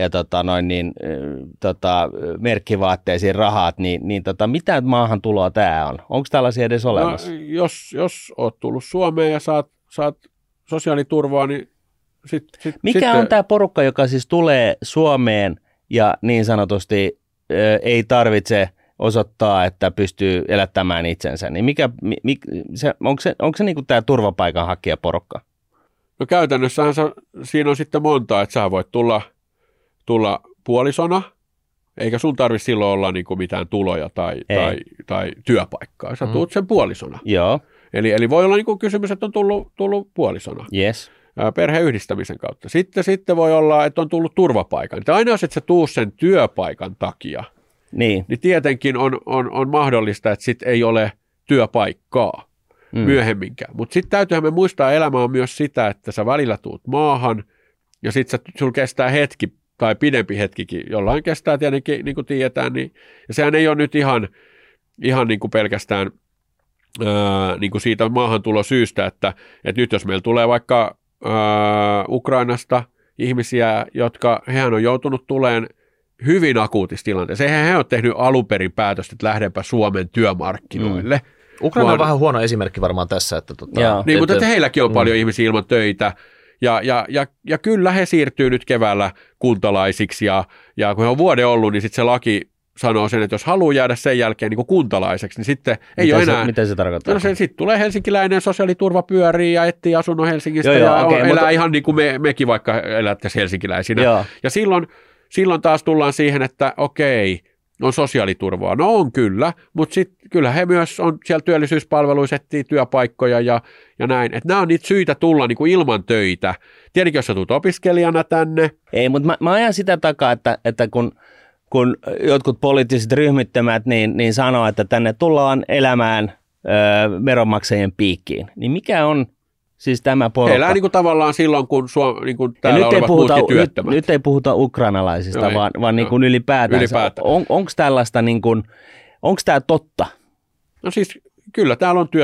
merkkivaatteisiin rahat, niin mitä maahantuloa tämä on? Onko tällaisia edes olemassa? No, jos olet tullut Suomeen ja saat sosiaaliturvaa, niin mikä on tämä porukka, joka siis tulee Suomeen ja niin sanotusti ei tarvitse osoittaa, että pystyy elättämään itsensä, niin onko se niin kuin tämä turvapaikanhakijaporukka? No käytännössähän siinä on sitten monta, että sä voit tulla puolisona, eikä sun tarvitse silloin olla niin kuin mitään tuloja tai työpaikkaa. Sä tulet sen puolisona. Joo. Eli voi olla niin kuin kysymys, että on tullut puolisona. Yes. perheyhdistämisen kautta. Sitten voi olla, että on tullut turvapaikan. Aina jos et sä tuu sen työpaikan takia, niin tietenkin on mahdollista, että sit ei ole työpaikkaa myöhemminkään. Mutta sitten täytyyhän me muistaa, elämä on myös sitä, että sä välillä tuut maahan ja sitten sulla kestää hetki tai pidempi hetkikin, jollain kestää tietenkin, niin kuin tiedetään, niin, ja sehän ei ole nyt ihan niin kuin pelkästään niin kuin siitä maahantulosyystä, että nyt jos meillä tulee vaikka Ukrainasta ihmisiä, jotka hehän on joutunut tuleen hyvin akuutissa tilanteessa. Eihän he ole tehnyt alun perin päätöstä, että lähdenpä Suomen työmarkkinoille. Ukraina on vähän huono esimerkki varmaan tässä. Että niin, mutta heilläkin on paljon ihmisiä ilman töitä. Ja kyllä he siirtyy nyt keväällä kuntalaisiksi. Ja kun he on vuoden ollut, niin sitten se laki sanoo sen, että jos haluaa jäädä sen jälkeen niin kuin kuntalaiseksi, niin sitten ei ole enää... Miten se tarkoittaa? No sitten tulee helsinkiläinen sosiaaliturva pyörii ja etsii asunnon Helsingistä elää ihan niin kuin mekin vaikka elättäisiin helsinkiläisinä. Joo. Ja silloin taas tullaan siihen, että okei, on sosiaaliturvaa. No on kyllä, mutta sitten kyllä he myös on siellä työllisyyspalveluissa, etsii työpaikkoja ja näin. Että nämä on niitä syitä tulla niin kuin ilman töitä. Tietenkin, jos sä tulet opiskelijana tänne. Ei, mutta mä ajan sitä takaa, että kun jotkut poliittiset ryhmittymät niin sanoo, että tänne tullaan elämään veronmaksajien piikkiin, niin mikä on siis tämä porukka? Elää niin kuin tavallaan silloin, kun täällä olevat muutkin työttömät. Nyt ei puhuta ukrainalaisista, vaan niin kuin ylipäätään. Onko tällaista, niin kuin, onko tämä totta? No siis kyllä täällä on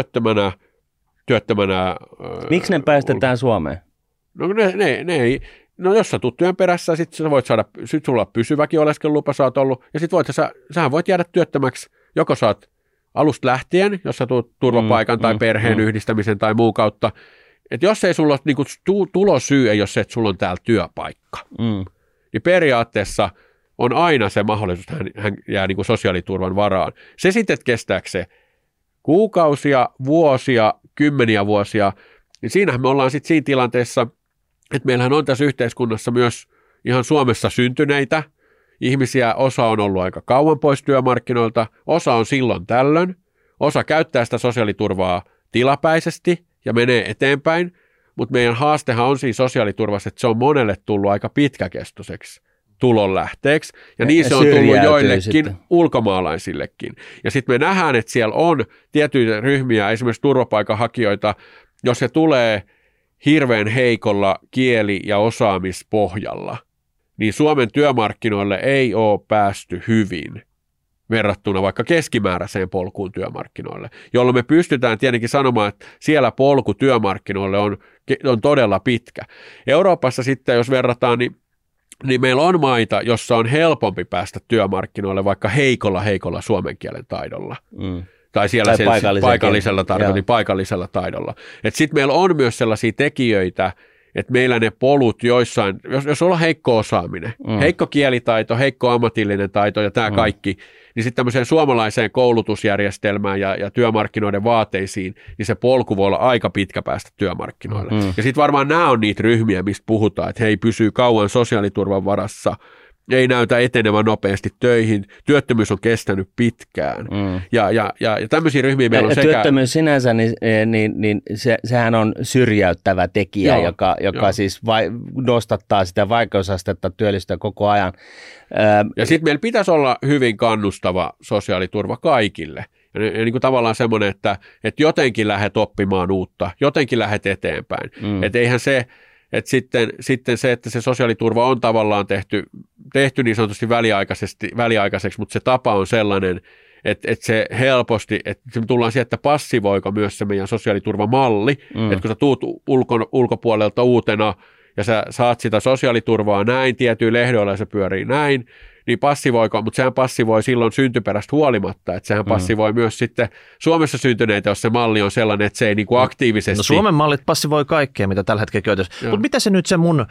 työttömänä. Miksi ne päästetään Suomeen? No ne ei. No jos sä tulet työn perässä, sit sulla on pysyväkin oleskelulupa, sä oot ollut, ja sit sähän voit jäädä työttömäksi, joko sä oot alusta lähtien, jos sä tulet turvapaikan tai perheen yhdistämisen tai muun kautta, että jos ei sulla ole niin tulosyy, ei ole se, että sulla on täällä työpaikka, niin periaatteessa on aina se mahdollisuus, että hän jää niin kuin sosiaaliturvan varaan. Se sitten, että kestääkö se kuukausia, vuosia, kymmeniä vuosia, niin siinähän me ollaan sitten siinä tilanteessa, että meillähän on tässä yhteiskunnassa myös ihan Suomessa syntyneitä ihmisiä, osa on ollut aika kauan pois työmarkkinoilta, osa on silloin tällöin, osa käyttää sitä sosiaaliturvaa tilapäisesti ja menee eteenpäin, mutta meidän haastehan on siinä sosiaaliturvassa, että se on monelle tullut aika pitkäkestoiseksi tulonlähteeksi, ja niin se on tullut joillekin sitten ulkomaalaisillekin. Ja sitten me nähdään, että siellä on tiettyjä ryhmiä, esimerkiksi turvapaikanhakijoita, jos he tulee hirveän heikolla kieli- ja osaamispohjalla, niin Suomen työmarkkinoille ei ole päästy hyvin verrattuna vaikka keskimääräiseen polkuun työmarkkinoille, jolloin me pystytään tietenkin sanomaan, että siellä polku työmarkkinoille on todella pitkä. Euroopassa sitten, jos verrataan, niin meillä on maita, jossa on helpompi päästä työmarkkinoille vaikka heikolla suomen kielen taidolla. Tai siellä paikallisella taidolla. Sitten meillä on myös sellaisia tekijöitä, että meillä ne polut joissain, jos ollaan heikko osaaminen, heikko kielitaito, heikko ammatillinen taito ja tämä kaikki, niin sitten tämmöiseen suomalaiseen koulutusjärjestelmään ja työmarkkinoiden vaateisiin, niin se polku voi olla aika pitkä päästä työmarkkinoille. Ja sitten varmaan nämä on niitä ryhmiä, mistä puhutaan, että hei, pysyy kauan sosiaaliturvan varassa, ei näytä etenevän nopeasti töihin, työttömyys on kestänyt pitkään. Ja tämmöisiä ryhmiä meillä on sekä... Työttömyys sinänsä, niin sehän on syrjäyttävä tekijä, joka siis nostattaa sitä vaikeusastetta työllistyä koko ajan. Ja sitten meillä pitäisi olla hyvin kannustava sosiaaliturva kaikille. Ja niin kuin tavallaan semmoinen, että jotenkin lähdet oppimaan uutta, jotenkin lähdet eteenpäin. Että eihän se... Että sitten se, että se sosiaaliturva on tavallaan tehty niin sanotusti väliaikaiseksi, mutta se tapa on sellainen, että se helposti, että tullaan siihen, että passivoiko myös se meidän sosiaaliturvamalli, että kun sä tuut ulkopuolelta uutena ja sä saat sitä sosiaaliturvaa näin, tietyillä ehdoilla se pyörii näin, niin passivoiko, mutta sehän passivoi silloin syntyperästä huolimatta, että sehän passivoi myös sitten Suomessa syntyneitä, jos se malli on sellainen, että se ei niinku aktiivisesti... No Suomen mallit passivoi kaikkea, mitä tällä hetkellä käytössä. Mutta mitä se nyt se mun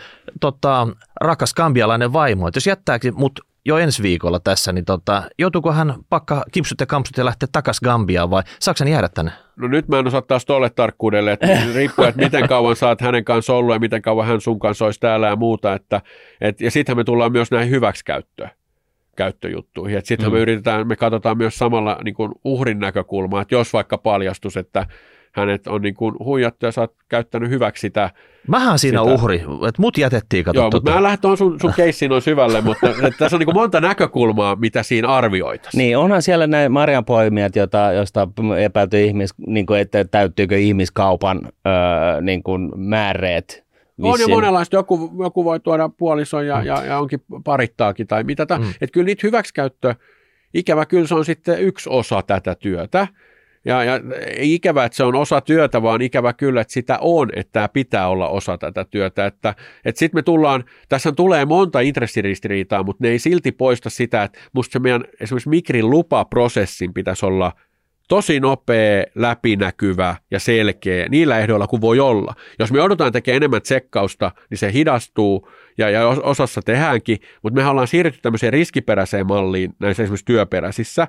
rakas gambialainen vaimo, että jos jättääkin mut jo ensi viikolla tässä, niin joutuuko hän pakka kipsut ja kampsut ja lähteä takaisin Gambiaan vai saako hän jäädä tänne? No nyt mä en osaa taas tolle tarkkuudelle, että riippuu, että miten kauan sä oot hänen kanssa ollut ja miten kauan hän sun kanssa olisi täällä ja muuta. Ja sittenhän me tullaan myös näihin hyväksikäyttöjuttuihin. Sittenhän me katsotaan myös samalla niin kuin uhrin näkökulmaa, että jos vaikka paljastus, että hänet on niin kuin huijattu ja sä oot käyttänyt hyväksi sitä. Mähän siinä uhri, että mut jätettiin katsoa. Joo, mutta mä en lähde tuon sun keissiin noin syvälle, mutta tässä on niin kuin monta näkökulmaa, mitä siinä arvioitaisiin. Niin, onhan siellä näin marjanpoimijat, josta epäilty niin kuin, että täyttyykö ihmiskaupan niin kuin määreet. On jo monenlaista. Joku voi tuoda puolison ja onkin parittaakin tai mitä. Että kyllä niitä hyväksikäyttö, ikävä kyllä se on sitten yksi osa tätä työtä. Ja ei ikävä, että se on osa työtä, vaan ikävä kyllä, että sitä on, että tämä pitää olla osa tätä työtä. Että sitten me tullaan, tässä tulee monta intressiristiriitaa, mutta ne ei silti poista sitä, että musta se meidän esimerkiksi Migrin lupaprosessin pitäisi olla tosi nopea, läpinäkyvä ja selkeä niillä ehdoilla kuin voi olla. Jos me joudutaan tekemään enemmän tsekkausta, niin se hidastuu ja osassa tehdäänkin, mutta me ollaan siirrytty tämmöiseen riskiperäiseen malliin näissä esimerkiksi työperäisissä,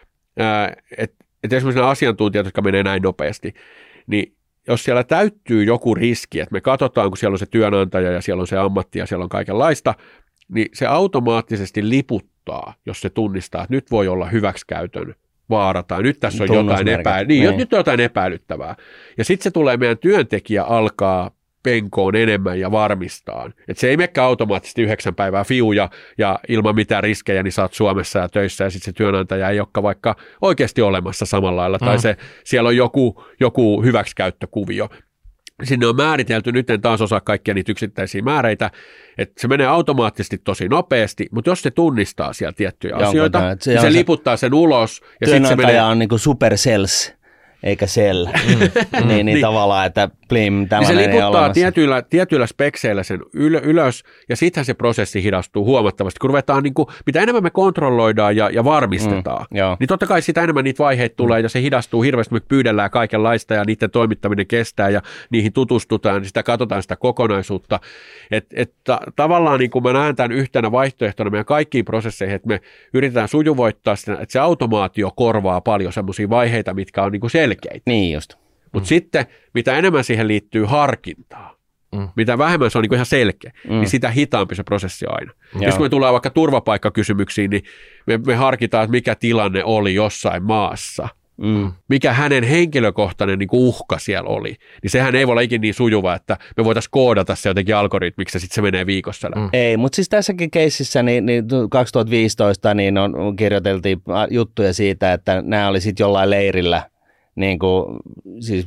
että esimerkiksi nämä asiantuntijat, jotka menee näin nopeasti, niin jos siellä täyttyy joku riski, että me katsotaan, kun siellä on se työnantaja ja siellä on se ammatti ja siellä on kaikenlaista, niin se automaattisesti liputtaa, jos se tunnistaa, että nyt voi olla hyväksikäytön vaara tai nyt tässä on nyt on jotain epäilyttävää. Ja sitten se tulee, meidän työntekijä alkaa penkoon enemmän ja varmistaa. Että se ei menekään automaattisesti 9 päivää ja ilman mitään riskejä, niin sä oot Suomessa ja töissä ja sitten se työnantaja ei olekaan vaikka oikeasti olemassa samalla lailla tai siellä on joku hyväksikäyttökuvio. Sinne on määritelty, nyt en taas osaa kaikkia niitä yksittäisiä määreitä, että se menee automaattisesti tosi nopeasti, mutta jos se tunnistaa siellä tiettyjä asioita, niin se liputtaa sen ulos. Ja työnantaja on niin kuin supercells, eikä cell. niin tavallaan, että plim, tällainen niin ei ole olemassa. Se liputtaa tietyillä spekseillä sen ylös, ja sittenhän se prosessi hidastuu huomattavasti. Kun ruvetaan, niin kuin, mitä enemmän me kontrolloidaan ja varmistetaan, niin totta kai sitä enemmän niitä vaiheita tulee, ja se hidastuu hirveästi, me pyydellään kaikenlaista, ja niiden toimittaminen kestää, ja niihin tutustutaan, niin sitä katsotaan sitä kokonaisuutta. Että tavallaan niin kuin mä näen tämän yhtenä vaihtoehtona meidän kaikkiin prosesseihin, että me yritetään sujuvoittaa sitä, että se automaatio korvaa paljon semmoisia vaiheita, mitkä on niin kuin selkeitä. Niin just. Mutta sitten, mitä enemmän siihen liittyy harkintaa, mitä vähemmän se on niin ihan selkeä, niin sitä hitaampi se prosessi on aina. Jos me tullaan vaikka turvapaikkakysymyksiin, niin me harkitaan, että mikä tilanne oli jossain maassa, mikä hänen henkilökohtainen niin kuin uhka siellä oli, niin sehän ei voi olla ikinä niin sujuva, että me voitaisiin koodata se jotenkin algoritmiksi ja sitten se menee viikossa läpi. Ei, mutta siis tässäkin keississä niin 2015 niin kirjoiteltiin juttuja siitä, että nämä oli sitten jollain leirillä, niin kuin, siis,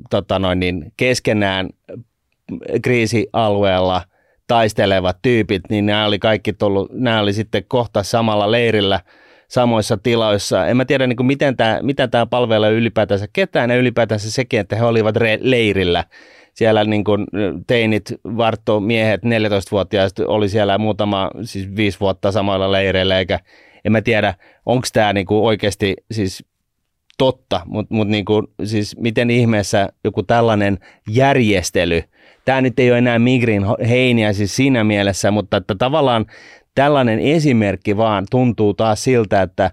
keskenään kriisialueella taistelevat tyypit, niin nämä oli sitten kohta samalla leirillä samoissa tiloissa. En mä tiedä, niin kuin, miten tämä palvelee ylipäätänsä ketään ja ylipäätänsä sekin, että he olivat leirillä. Siellä niin kuin teinit, varttomiehet, 14-vuotiaat oli siellä siis 5 vuotta samoilla leireillä, eikä en mä tiedä, onko tämä niin kuin oikeasti siis totta, mutta niin kuin, siis miten ihmeessä joku tällainen järjestely, tämä nyt ei ole enää Migrin heiniä siis siinä mielessä, mutta että tavallaan tällainen esimerkki vaan tuntuu taas siltä, että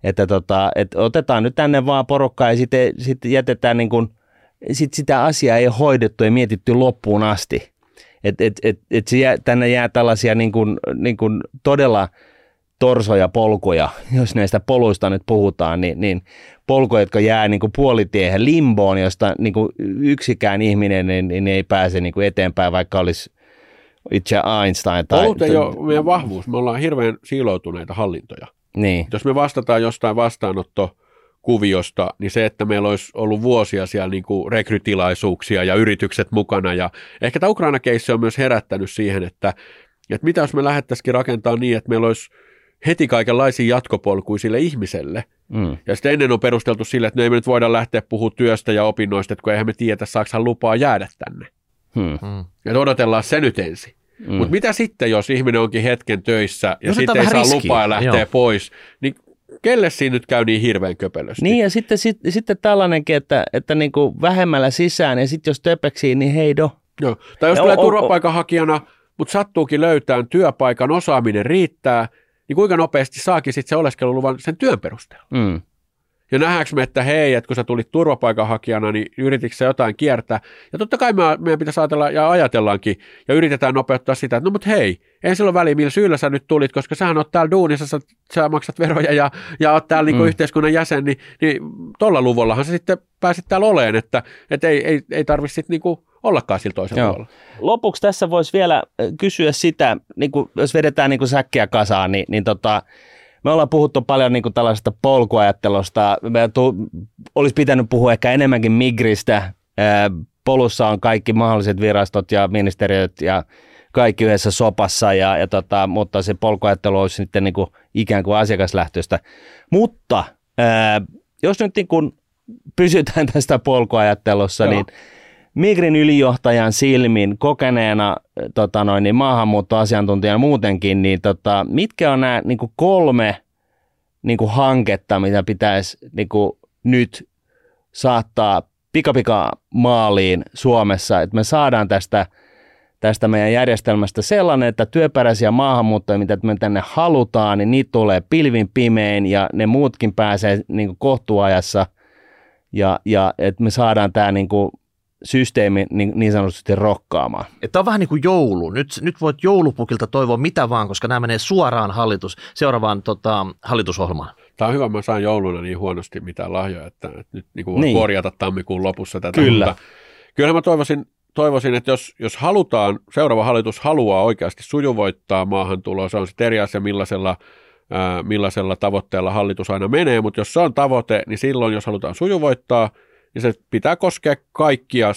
otetaan nyt tänne vaan porukkaa ja sitten jätetään niin kuin, sitä asiaa ei hoidettu ja mietitty loppuun asti. Tänne jää tällaisia niin kuin todella torsoja polkuja, jos näistä poluista nyt puhutaan, niin polkuja, jotka jää niin kuin puolitiehen limboon, josta niin kuin yksikään ihminen niin ei pääse niin kuin eteenpäin, vaikka olisi itse Einstein. Polut ei ole meidän vahvuus. Me ollaan hirveän siiloutuneita hallintoja. Niin. Jos me vastataan jostain vastaanottokuviosta, niin se, että meillä olisi ollut vuosia siellä niin kuin rekrytilaisuuksia ja yritykset mukana. Ja ehkä tämä Ukraina-keissi on myös herättänyt siihen, että mitä jos me lähdettäisikin rakentamaan niin, että meillä olisi heti kaikenlaisia jatkopolkuja sille ihmiselle. Ja sitten ennen on perusteltu sille, että no ei me nyt voida lähteä puhumaan työstä ja opinnoista, että kun eihän me tiedä, saako hän lupaa jäädä tänne. Ja odotellaan se nyt ensin. Mutta mitä sitten, jos ihminen onkin hetken töissä ja sitten ei saa lupaa ja lähtee pois, niin kelle siinä nyt käy niin hirveän köpelösti? Niin ja sitten tällainenkin, että niin kuin vähemmällä sisään ja sitten jos töpeksii, niin heido. Joo. Tai jos tulee turvapaikanhakijana, mutta sattuukin löytää työpaikan, osaaminen riittää, niin kuinka nopeasti saakin sitten se oleskeluluvan sen työn perusteella? Ja nähdäänkö me, että hei, että kun sä tulit turvapaikanhakijana, niin yrititkö sä jotain kiertää? Ja totta kai meidän pitäisi ajatella ja ajatellaankin ja yritetään nopeuttaa sitä, että no mut hei, ei sillä ole väliä, millä syyllä sä nyt tulit, koska sähän oot täällä duunissa, sä maksat veroja ja oot täällä niinku yhteiskunnan jäsen, niin tuolla luvullahan sä sitten pääsit täällä oleen, että ei tarvitse sitten niinku ollakaan sillä toisella puolella. Lopuksi tässä voisi vielä kysyä sitä, niinku, jos vedetään niinku säkkiä kasaan, niin me ollaan puhuttu paljon niinku tällaisesta polkuajattelusta. Olisi pitänyt puhua ehkä enemmänkin Migristä. Polussa on kaikki mahdolliset virastot ja ministeriöt ja kaikki yhdessä sopassa, mutta se polkuajattelu olisi sitten niinku ikään kuin asiakaslähtöistä. Mutta jos nyt niinku pysytään tästä polkuajattelussa, niin Migrin ylijohtajan silmin kokeneena maahanmuuttoasiantuntijana muutenkin, niin mitkä on nämä niinku 3 niinku hanketta, mitä pitäisi niinku nyt saattaa pika maaliin Suomessa, että me saadaan tästä meidän järjestelmästä sellainen, että työperäisiä maahanmuuttajia, mitä me tänne halutaan, niin niitä tulee pilvin pimein ja ne muutkin pääsee niinku kohtuuajassa ja että me saadaan tämä niinku systeemi niin sanotusti rokkaamaan. Tämä on vähän niin kuin joulu. Nyt voit joulupukilta toivoa mitä vaan, koska nämä menee suoraan seuraavaan hallitusohjelmaan. Tämä on hyvä, mä saan jouluna niin huonosti mitään lahjoja, että nyt voi korjata tammikuun lopussa tätä. Kyllä. Mutta kyllähän mä toivoisin, että jos halutaan, seuraava hallitus haluaa oikeasti sujuvoittaa maahantuloa, se on sitten eri asia, millaisella tavoitteella hallitus aina menee, mutta jos se on tavoite, niin silloin, jos halutaan sujuvoittaa, niin se pitää koskea kaikkia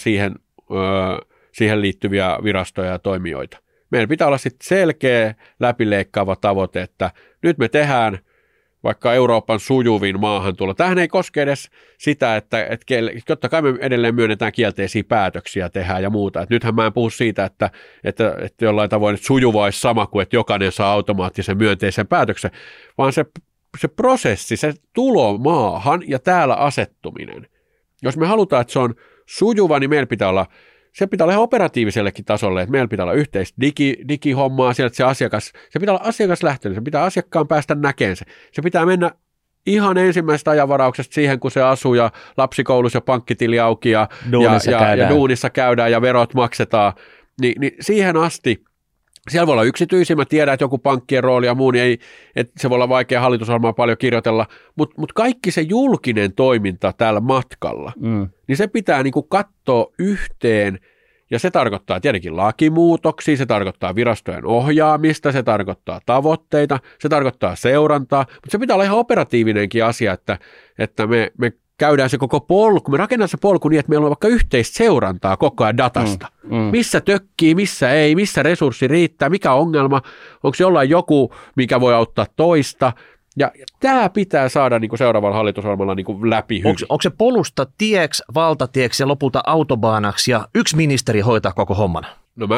siihen liittyviä virastoja ja toimijoita. Meillä pitää olla sitten selkeä, läpileikkaava tavoite, että nyt me tehdään vaikka Euroopan sujuvin maahantulo. Tämähän ei koske edes sitä, että totta kai me edelleen myönnetään kielteisiä päätöksiä tehdään ja muuta. Et nythän mä en puhu siitä, että jollain tavoin sujuva olisi sama kuin, että jokainen saa automaattisen myönteisen päätöksen, vaan se prosessi, se tulo maahan ja täällä asettuminen. Jos me halutaan, että se on sujuva, niin meillä pitää olla ihan operatiivisellekin tasolle, että meillä pitää olla yhteistä digihommaa, sieltä se pitää olla asiakaslähtöinen, se pitää asiakkaan päästä näkemään se. Se pitää mennä ihan ensimmäisestä ajanvarauksesta siihen, kun se asuu ja lapsikoulussa ja pankkitili auki ja duunissa käydään ja verot maksetaan, niin siihen asti. Siellä voi olla yksityisiä, mä tiedän, että joku pankkien rooli ja muu, niin että se voi olla vaikea hallitusohjelmaa paljon kirjoitella, mutta kaikki se julkinen toiminta täällä matkalla, niin se pitää niinku katsoa yhteen, ja se tarkoittaa tietenkin lakimuutoksia, se tarkoittaa virastojen ohjaamista, se tarkoittaa tavoitteita, se tarkoittaa seurantaa, mutta se pitää olla ihan operatiivinenkin asia, että me käydään se koko polku, me rakennetaan se polku niin, että meillä on vaikka yhteistä seurantaa koko ajan datasta. Missä tökkii, missä ei, missä resurssi riittää, mikä on ongelma, onko jollain joku, mikä voi auttaa toista. Ja tämä pitää saada niin kuin seuraavalla hallitusohjelmalla niin kuin läpi hyvin. Onko se polusta tieksi, valtatieksi ja lopulta autobaanaksi ja yksi ministeri hoitaa koko homman? No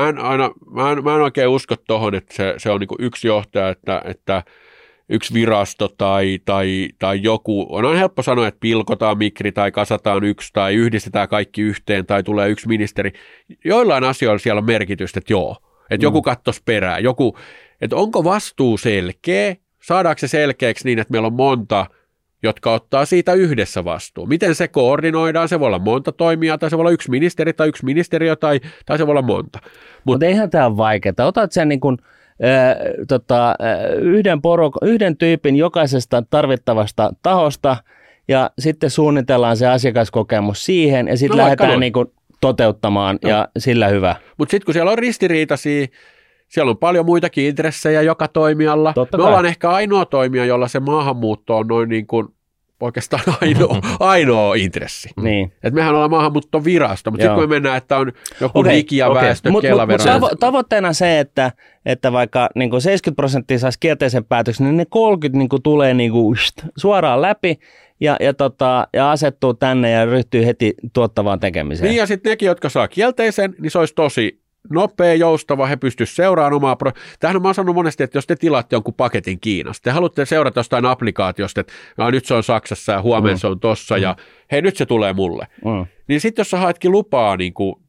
mä en oikein usko tuohon, että se on niin kuin yksi johtaja, että yksi virasto tai joku, on helppo sanoa, että pilkotaan Migri tai kasataan yksi tai yhdistetään kaikki yhteen tai tulee yksi ministeri. Joillain asioilla siellä on merkitystä, että joo, että joku kattoisi perään, että onko vastuu selkeä, saadaanko se selkeäksi niin, että meillä on monta, jotka ottaa siitä yhdessä vastuun. Miten se koordinoidaan, se voi olla monta toimijaa tai se voi olla yksi ministeri tai yksi ministeriö tai se voi olla monta. Mutta eihän tämä ole vaikeaa. Otat sen niin kuin yhden tyypin jokaisesta tarvittavasta tahosta ja sitten suunnitellaan se asiakaskokemus siihen ja sitten lähdetään niin kuin toteuttamaan ja sillä hyvä. Mutta sitten kun siellä on ristiriitaisia, siellä on paljon muitakin intressejä joka toimijalla. Me ollaan ehkä ainoa toimija, jolla se maahanmuutto on noin niin kuin oikeastaan ainoa intressi. Niin. Et mehän ollaan maahanmuuttovirasto, mutta sitten kun me mennään, että on joku digi- ja väestö, Kela-vero. Tavoitteena se, että vaikka niin 70% saisi kielteisen päätöksen, niin ne 30 niin tulee niin suoraan läpi ja asettuu tänne ja ryhtyy heti tuottavaan tekemiseen. Niin ja sitten nekin, jotka saa kielteisen, niin se olisi tosi nopea, joustava, he pystyisivät seuraamaan omaa Tähän mä oon sanonut monesti, että jos te tilaatte jonkun paketin Kiinasta, te haluatte seurata jostain applikaatiosta, että nyt se on Saksassa ja huomenna se on tossa ja hei nyt se tulee mulle. Niin sitten jos sä haetkin lupaa niin kuin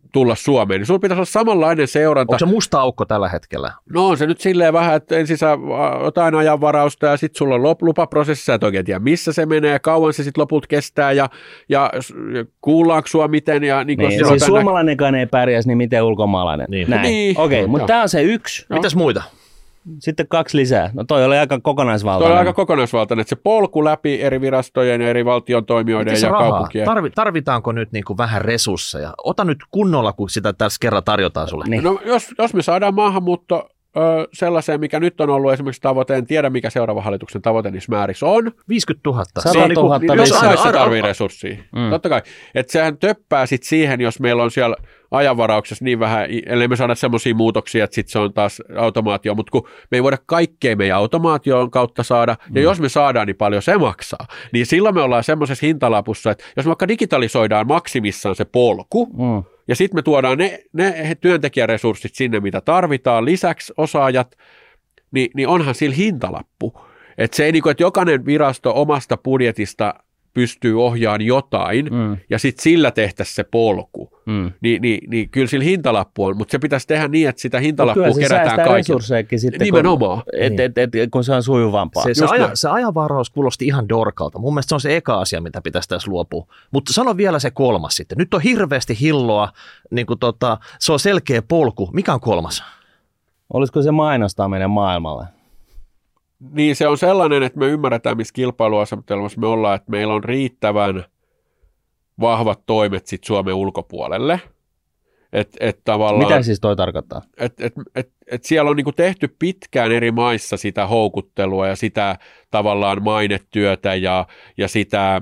tulla Suomeen, niin sulla pitäisi olla samanlainen seuranta. Onko se musta aukko tällä hetkellä? No on se nyt silleen vähän, että ensin sä jotain ajanvarausta ja sitten sulla on lupaprosessi, sä et oikein tiedä missä se menee, kauan se sitten lopulta kestää ja kuullaanko sua miten. Ja, niin, siis suomalainenkaan ei pärjäisi, niin miten ulkomaalainen. Niin. Okei, mutta tämä on se yksi. Mitäs muita? Sitten 2 lisää. No toi oli aika kokonaisvaltainen. Toi oli aika kokonaisvaltainen, että se polku läpi eri virastojen ja eri valtion toimijoiden ja kaupunkien. Tarvitaanko nyt niin kuin vähän resursseja? Ota nyt kunnolla, kun sitä tässä kerran tarjotaan sulle. Niin. No, jos me saadaan maahanmuutto sellaiseen, mikä nyt on ollut esimerkiksi tavoite, en tiedä mikä seuraava hallituksen tavoite niissä määrissä on. 50 000. 100 000. Niin, jossain se tarvii resurssia. Totta kai. Että sehän töppää sit siihen, jos meillä on siellä ajanvarauksessa niin vähän, ellei me saada semmoisia muutoksia, että sitten se on taas automaatio, mutta kun me ei voida kaikkea meidän automaation kautta saada, ja jos me saadaan, niin paljon se maksaa. Niin silloin me ollaan semmoisessa hintalapussa, että jos me vaikka digitalisoidaan maksimissaan se polku, ja sitten me tuodaan ne työntekijäresurssit sinne, mitä tarvitaan, lisäksi osaajat, niin onhan sillä hintalappu. Että se ei niin kuin, että jokainen virasto omasta budjetista pystyy ohjaamaan jotain, ja sitten sillä tehtäisiin se polku. Niin kyllä sillä hintalappu on, mutta se pitäisi tehdä niin, että sitä hintalappua kerätään kaikille. Resurssejakin sitten, nimenomaan. Kun se on sujuvampaa. Se ajanvaraus kuulosti ihan dorkalta. Mun mielestä se on se eka asia, mitä pitäisi tässä luopua. Mutta sano vielä se 3 sitten. Nyt on hirveästi hilloa, niin kuin se on selkeä polku. Mikä on 3? Olisiko se mainostaminen maailmalle? Niin se on sellainen, että me ymmärretään, missä kilpailuasetelmassa me ollaan, että meillä on riittävän vahvat toimet sit Suomen ulkopuolelle. Mitä siis toi tarkoittaa? Et siellä on niinku tehty pitkään eri maissa sitä houkuttelua ja sitä tavallaan mainetyötä ja sitä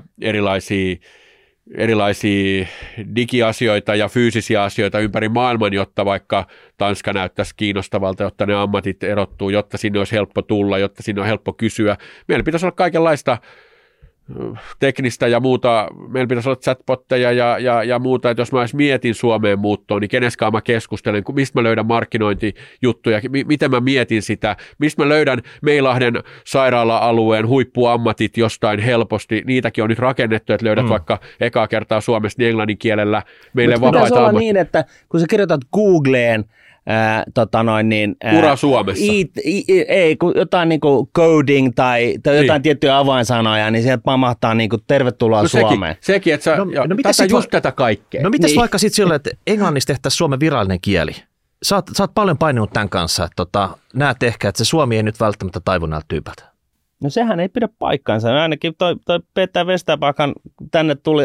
erilaisia digiasioita ja fyysisiä asioita ympäri maailman, jotta vaikka Tanska näyttäisi kiinnostavalta, jotta ne ammatit erottuu, jotta sinne olisi helppo tulla, jotta sinne on helppo kysyä. Meillä pitäisi olla kaikenlaista teknistä ja muuta, meillä pitäisi olla chatbotteja ja muuta, että jos mä edes mietin Suomeen muuttoon, niin keneskaan mä keskustelen, mistä mä löydän markkinointijuttuja, miten mä mietin sitä, mistä mä löydän Meilahden sairaala-alueen huippuammatit jostain helposti, niitäkin on nyt rakennettu, että löydät vaikka ekaa kertaa Suomesta niin englannin kielellä meille vapaita ammatteja. Pitäisi olla niin, että kun sä kirjoitat Googleen, ura Suomessa. Ei, kun jotain niin kuin coding tai jotain tiettyjä avainsanoja, niin sieltä pamahtaa niin kuin tervetuloa Suomeen. Sekin, että tätä kaikkea. No mitäs vaikka sitten sillä, että englannista tehtäisiin Suomen virallinen kieli? Sä oot paljon painunut tämän kanssa, että näet ehkä, että se suomi ei nyt välttämättä taivu näiltä tyypältä. No sehän ei pidä paikkaansa. Ainakin toi Peter Westerbakan tänne tuli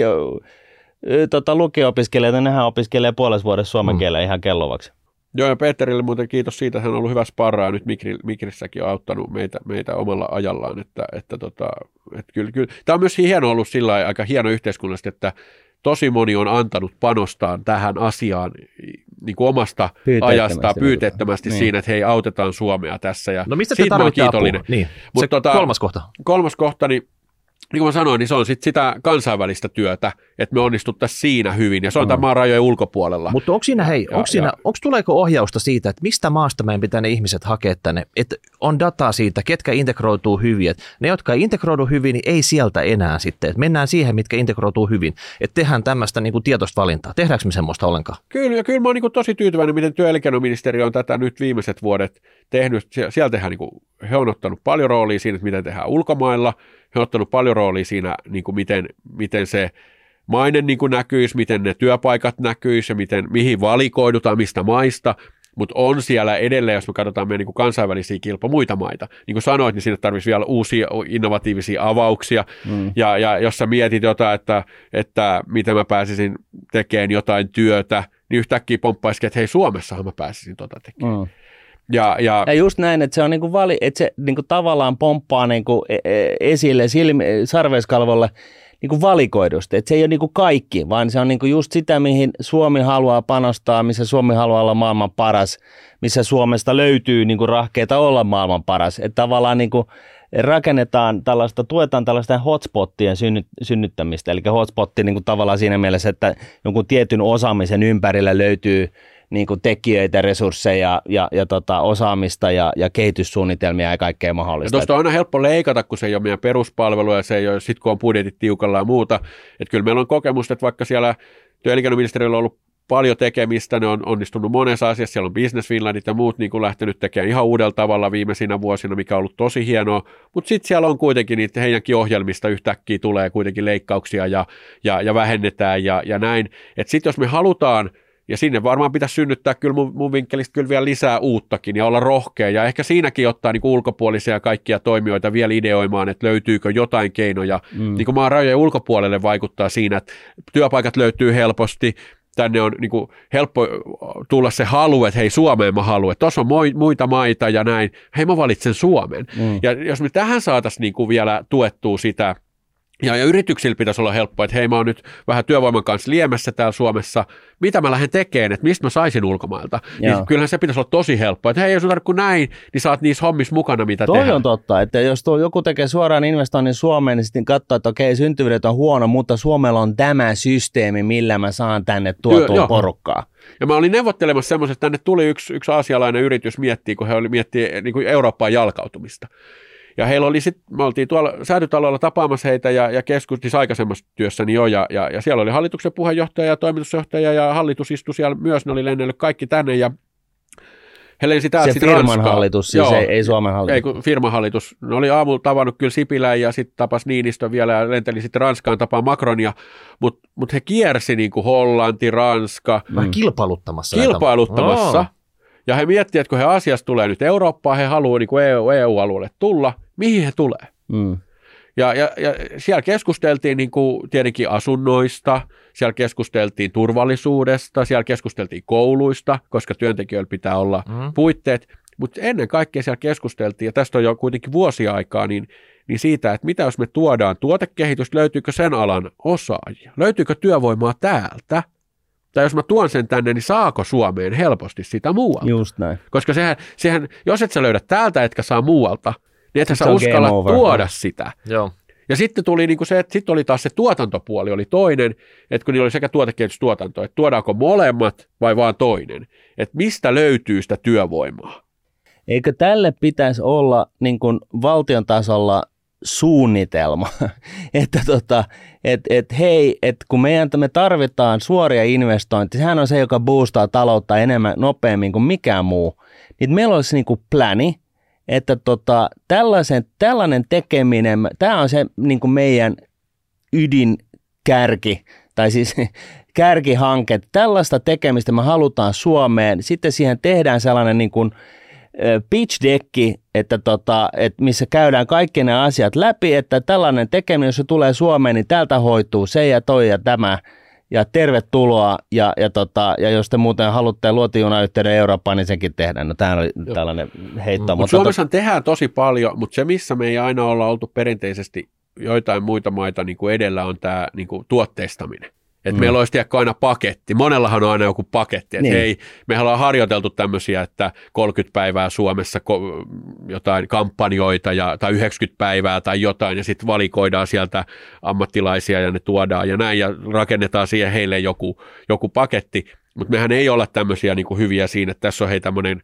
lukio-opiskelijoita, nehän opiskelee puolessa vuodessa suomen kielen ihan kellovaksi. Joo, ja Peterille muuten kiitos siitä, hän on ollut hyvä sparraa, nyt Migrissäkin on auttanut meitä omalla ajallaan, että kyllä. Tämä on myös hieno ollut sillä lailla, aika hieno yhteiskunnallisesti, että tosi moni on antanut panostaan tähän asiaan niin kuin omasta ajastaan pyyteettömästi siinä, että hei, autetaan Suomea tässä, ja no mistä siitä mä oon kiitollinen. Niin. Se kolmas kohta. Kolmas kohta, niin kuin mä sanoin, niin se on sitä kansainvälistä työtä, että me onnistuttaisiin siinä hyvin, ja se on tämän maan rajojen ulkopuolella. Mutta onko tuleeko ohjausta siitä, että mistä maasta meidän pitää ne ihmiset hakea tänne, että on dataa siitä, ketkä integroituu hyvin, että ne, jotka ei integroidu hyvin, niin ei sieltä enää sitten, että mennään siihen, mitkä integroituu hyvin, että tehdään tämmöistä niin kuin tietoista valintaa. Tehdäänkö me semmoista ollenkaan? Kyllä mä oon niin kuin tosi tyytyväinen, miten työ- ja elinkeinoministeriö on tätä nyt viimeiset vuodet tehnyt. Siellä tehdään, niin kuin, he on ottanut paljon roolia siinä, että miten tehdään ulkomailla. He on ottanut paljon roolia siinä, niin kuin miten se maine niin kuin näkyisi, miten ne työpaikat näkyisi ja mihin valikoidutaan, mistä maista. Mutta on siellä edelleen, jos me katsotaan meidän niin kuin kansainvälisiä muita maita. Niin kuin sanoit, niin siinä tarvitsisi vielä uusia innovatiivisia avauksia. Ja jos sä mietit jotain, että miten mä pääsisin tekemään jotain työtä, niin yhtäkkiä pomppaisikin, että hei, Suomessahan mä pääsisin tekemään. Ja just näin, että se on että se tavallaan pomppaa esille sarveiskalvolle valikoidusti, että se ei ole kaikki, vaan se on just sitä, mihin Suomi haluaa panostaa, missä Suomi haluaa olla maailman paras, missä Suomesta löytyy rahkeita olla maailman paras, että tavallaan tuetaan tällaista hotspottien synnyttämistä, eli hotspotti tavallaan siinä mielessä, että jonkun tietyn osaamisen ympärillä löytyy tekijöitä, resursseja ja osaamista ja kehityssuunnitelmia ja kaikkea mahdollista. Tuosta on aina helppo leikata, kun se ei ole meidän peruspalvelu ja se ei ole sit, kun on budjetit tiukalla ja muuta. Että kyllä meillä on kokemusta, että vaikka siellä työ- ja elinkeinoministeriöllä on ollut paljon tekemistä, ne on onnistunut monessa asiassa, siellä on Business Finlandit ja muut niin kuin lähtenyt tekemään ihan uudella tavalla viimeisinä vuosina, mikä on ollut tosi hienoa, mutta sitten siellä on kuitenkin niitä heidänkin ohjelmista yhtäkkiä tulee kuitenkin leikkauksia ja vähennetään ja näin, että sitten jos me halutaan, ja sinne varmaan pitäisi synnyttää kyllä mun vinkkelistä kyllä vielä lisää uuttakin ja olla rohkea ja ehkä siinäkin ottaa niin kuin ulkopuolisia kaikkia toimijoita vielä ideoimaan, että löytyykö jotain keinoja, niin kuin maan rajojen ulkopuolelle vaikuttaa siinä, että työpaikat löytyy helposti, tänne on niin kuin helppo tulla se halu, että hei Suomeen mä haluan, että tuossa on muita maita ja näin, hei mä valitsen Suomen. Ja jos me tähän saataisiin niin kuin vielä tuettua sitä, ja yrityksillä pitäisi olla helppoa, että hei mä oon nyt vähän työvoiman kanssa liemessä täällä Suomessa, mitä mä lähden tekemään, että mistä mä saisin ulkomailta. Niin kyllähän se pitäisi olla tosi helppoa, että hei jos on tarvitse näin, niin sä oot niissä hommissa mukana, mitä tehdään. Toi on totta, että jos joku tekee suoraan investoinnin Suomeen, niin sitten katsoo, että okei syntyvyydet on huono, mutta Suomella on tämä systeemi, millä mä saan tänne tuotua porukkaa. Ja mä olin neuvottelemassa semmoisen, että tänne tuli yksi aasialainen yritys kun he miettii niin kuin Eurooppaan jalkautumista. Ja heillä oli me oltiin tuolla Säätytalolla tapaamassa heitä ja keskusteltiin aikaisemmassa työssäni jo, ja siellä oli hallituksen puheenjohtaja ja toimitusjohtaja ja hallitus istui siellä myös, ne oli lennellyt kaikki tänne ja he lensi täältä sitten Ranskaan. Se firman hallitus, siis ei Suomen hallitus. Ei kun firman hallitus. Ne oli aamulla tavannut kyllä Sipilän ja sitten tapas Niinistön vielä ja lenteli sitten Ranskaan tapaa Macronia, mutta he kiersi niin kuin Hollanti, Ranska. Kilpailuttamassa. Ja he miettivät, että kun he asiasta tulee nyt Eurooppaan, he haluaa niin kuin EU-alueelle tulla, mihin he tulee. Ja siellä keskusteltiin niin kuin tietenkin asunnoista, siellä keskusteltiin turvallisuudesta, siellä keskusteltiin kouluista, koska työntekijöillä pitää olla puitteet, mutta ennen kaikkea siellä keskusteltiin, ja tästä on jo kuitenkin vuosia aikaa, niin siitä, että mitä jos me tuodaan tuotekehitystä, löytyykö sen alan osaajia, löytyykö työvoimaa täältä, tai jos mä tuon sen tänne, niin saako Suomeen helposti sitä muualta? Just näin. Koska sehän jos et sä löydä täältä, etkä saa muualta, niin ethän sä uskalla tuoda sitä. Joo. Ja sitten tuli niin kuin se, että sitten oli taas se tuotantopuoli oli toinen, että kun niillä oli sekä tuotekehitystuotanto, että tuodaanko molemmat vai vaan toinen, että mistä löytyy sitä työvoimaa. Eikö tälle pitäisi olla niin kuin valtion tasolla suunnitelma, että hei, että kun me tarvitaan suoria investointeja, sehän on se, joka boostaa taloutta nopeammin kuin mikään muu, niin meillä olisi niin kuin pläni, että tällainen tekeminen, tämä on se niin kuin meidän ydinkärki, tai siis kärkihanke, tällaista tekemistä me halutaan Suomeen, sitten siihen tehdään sellainen niin kuin pitch decki, että missä käydään kaikki ne asiat läpi, että tällainen tekeminen, jos se tulee Suomeen, niin täältä hoituu se ja toi ja tämä, ja tervetuloa, ja jos te muuten haluatte luotijunayhteyden Eurooppaan, niin senkin tehdään. No tämä oli tällainen heitto. Mutta Suomessa tehdään tosi paljon, mutta se missä me ei aina olla oltu perinteisesti joitain muita maita niin kuin edellä on tämä niin kuin tuotteistaminen. Että meillä olisi aina paketti. Monellahan on aina joku paketti. Että hei, me ollaan harjoiteltu tämmöisiä, että 30 päivää Suomessa jotain kampanjoita tai 90 päivää tai jotain, ja sitten valikoidaan sieltä ammattilaisia ja ne tuodaan ja näin, ja rakennetaan siihen heille joku paketti. Mutta mehän ei olla tämmöisiä niin kuin hyviä siinä, että tässä on hei tämmöinen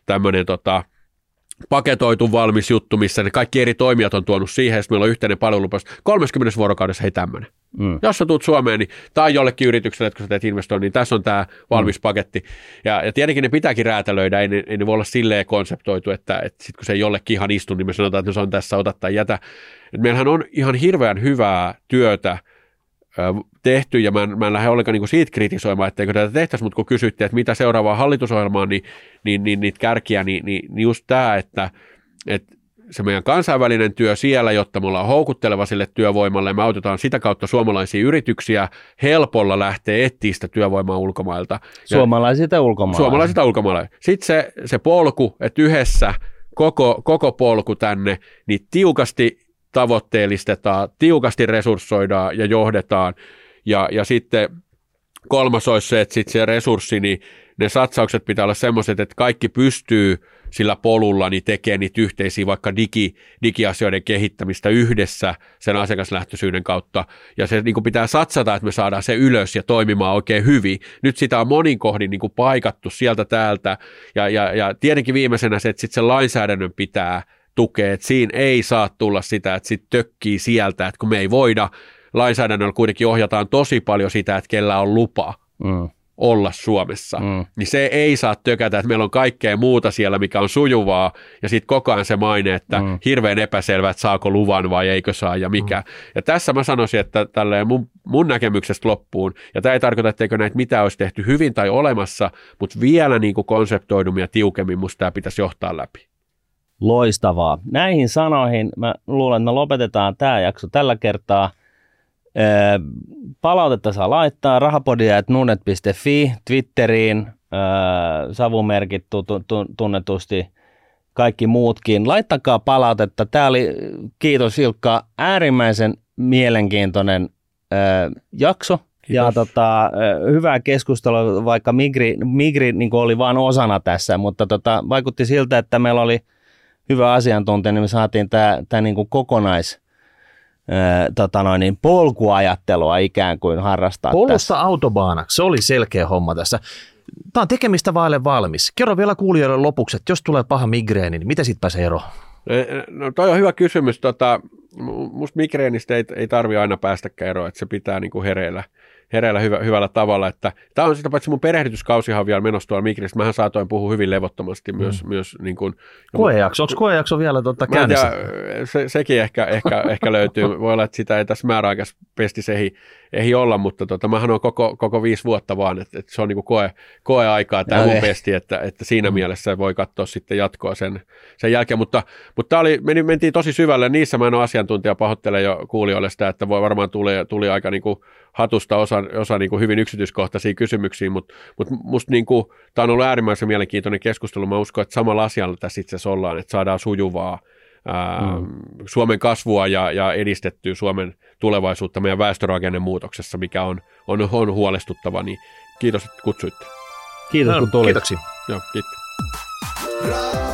paketoitu valmis juttu, missä ne kaikki eri toimijat on tuonut siihen, että meillä on yhteinen palvelulupaus. 30 vuorokaudessa hei tämmöinen. Jos sä tuut Suomeen, niin, tai jollekin yritykselle, että kun sä teet investoinnin, niin tässä on tämä valmis paketti. Ja tietenkin ne pitääkin räätälöidä, ei ne voi olla silleen konseptoitu, että sit kun se ei jollekin ihan istu, niin me sanotaan, että se on tässä, ota tai jätä. Et meillähän on ihan hirveän hyvää työtä tehty, ja mä en lähde ollenkaan niin siitä kritisoimaan, etteikö tätä tehtäisi, mutta kun kysyttiin, että mitä seuraavaa hallitusohjelmaan, niin niitä kärkiä, niin just tämä, että se meidän kansainvälinen työ siellä, jotta me ollaan houkutteleva sille työvoimalle, me autetaan sitä kautta suomalaisia yrityksiä helpolla lähtee etsiä sitä työvoimaa ulkomailta. Suomalaisilta ulkomailla. Sitten se polku, että yhdessä koko polku tänne, niin tiukasti tavoitteellistetaan, tiukasti resurssoidaan ja johdetaan. Ja sitten kolmas olisi se, että sitten se resurssi, niin ne satsaukset pitää olla semmoiset, että kaikki pystyy sillä polulla niin tekemään niitä yhteisiä vaikka digiasioiden kehittämistä yhdessä sen asiakaslähtöisyyden kautta. Ja se niin kuin pitää satsata, että me saadaan se ylös ja toimimaan oikein hyvin. Nyt sitä on monin kohdin niin kuin paikattu sieltä täältä. Ja tietenkin viimeisenä se, että sitten sen lainsäädännön pitää tukea, että siinä ei saa tulla sitä, että sitten tökkii sieltä, että kun me ei voida, lainsäädännöllä kuitenkin ohjataan tosi paljon sitä, että kellä on lupa olla Suomessa, niin se ei saa tökätä, että meillä on kaikkea muuta siellä, mikä on sujuvaa, ja sitten koko ajan se maine, että hirveän epäselvä, että saako luvan vai eikö saa ja mikä. Ja tässä mä sanoisin, että tälleen mun näkemyksestä loppuun, ja tämä ei tarkoita, etteikö näitä mitään olisi tehty hyvin tai olemassa, mutta vielä niin kuin konseptoidummin ja tiukemmin musta tämä pitäisi johtaa läpi. Loistavaa. Näihin sanoihin mä luulen, että me lopetetaan tämä jakso tällä kertaa. Palautetta saa laittaa rahapodia@nuudet.fi, Twitteriin, savumerkit tunnetusti, kaikki muutkin. Laittakaa palautetta. Tämä oli, kiitos Ilkka, äärimmäisen mielenkiintoinen jakso. Kiitos. Ja hyvää keskustelua, vaikka Migri niin oli vain osana tässä, mutta vaikutti siltä, että meillä oli hyvä asiantuntija, niin me saatiin tämä niin kuin polkuajattelua ikään kuin harrastaa Polusta tässä. autobaanaksi, se oli selkeä homma tässä. Tämä on tekemistä vaille valmis. Kerro vielä kuulijoille lopuksi, että jos tulee paha migreeni, niin mitä siitä pääsee eroon? No toi on hyvä kysymys. Musta migreenistä ei tarvitse aina päästäkään eroon, että se pitää niin kuin hereillä hyvällä tavalla. Tämä on sitä paitsi mun perehdytyskausihan vielä menossa tuolla migreenistä. Mähän saatoin puhua hyvin levottomasti myös niin kuin... Koejakso, onko koejakso vielä käynnissä? Sekin ehkä löytyy. Voi olla, että sitä ei tässä määräaikaisessa pestissä ei olla, mutta mähän on koko 5 vuotta vaan, että se on niin kuin koeaikaa tämä mun pesti, että siinä mielessä voi katsoa sitten jatkoa sen jälkeen, mutta tämä mentiin tosi syvälle, niissä mä en ole asiantuntija, pahoittelen jo kuulijoille sitä, että voi varmaan tuli aika niin kuin hatusta osa niin kuin hyvin yksityiskohtaisia kysymyksiä, mutta musta niin kuin, tämä on ollut äärimmäisen mielenkiintoinen keskustelu, mä uskon, että samalla asialla tässä itse asiassa ollaan, että saadaan sujuvaa Suomen kasvua ja edistettyä Suomen tulevaisuutta meidän väestörakennemuutoksessa, mikä on huolestuttava, niin kiitos, että kutsuitte. Kiitos, kun tulit. Kiitoksia. Joo, kiitos.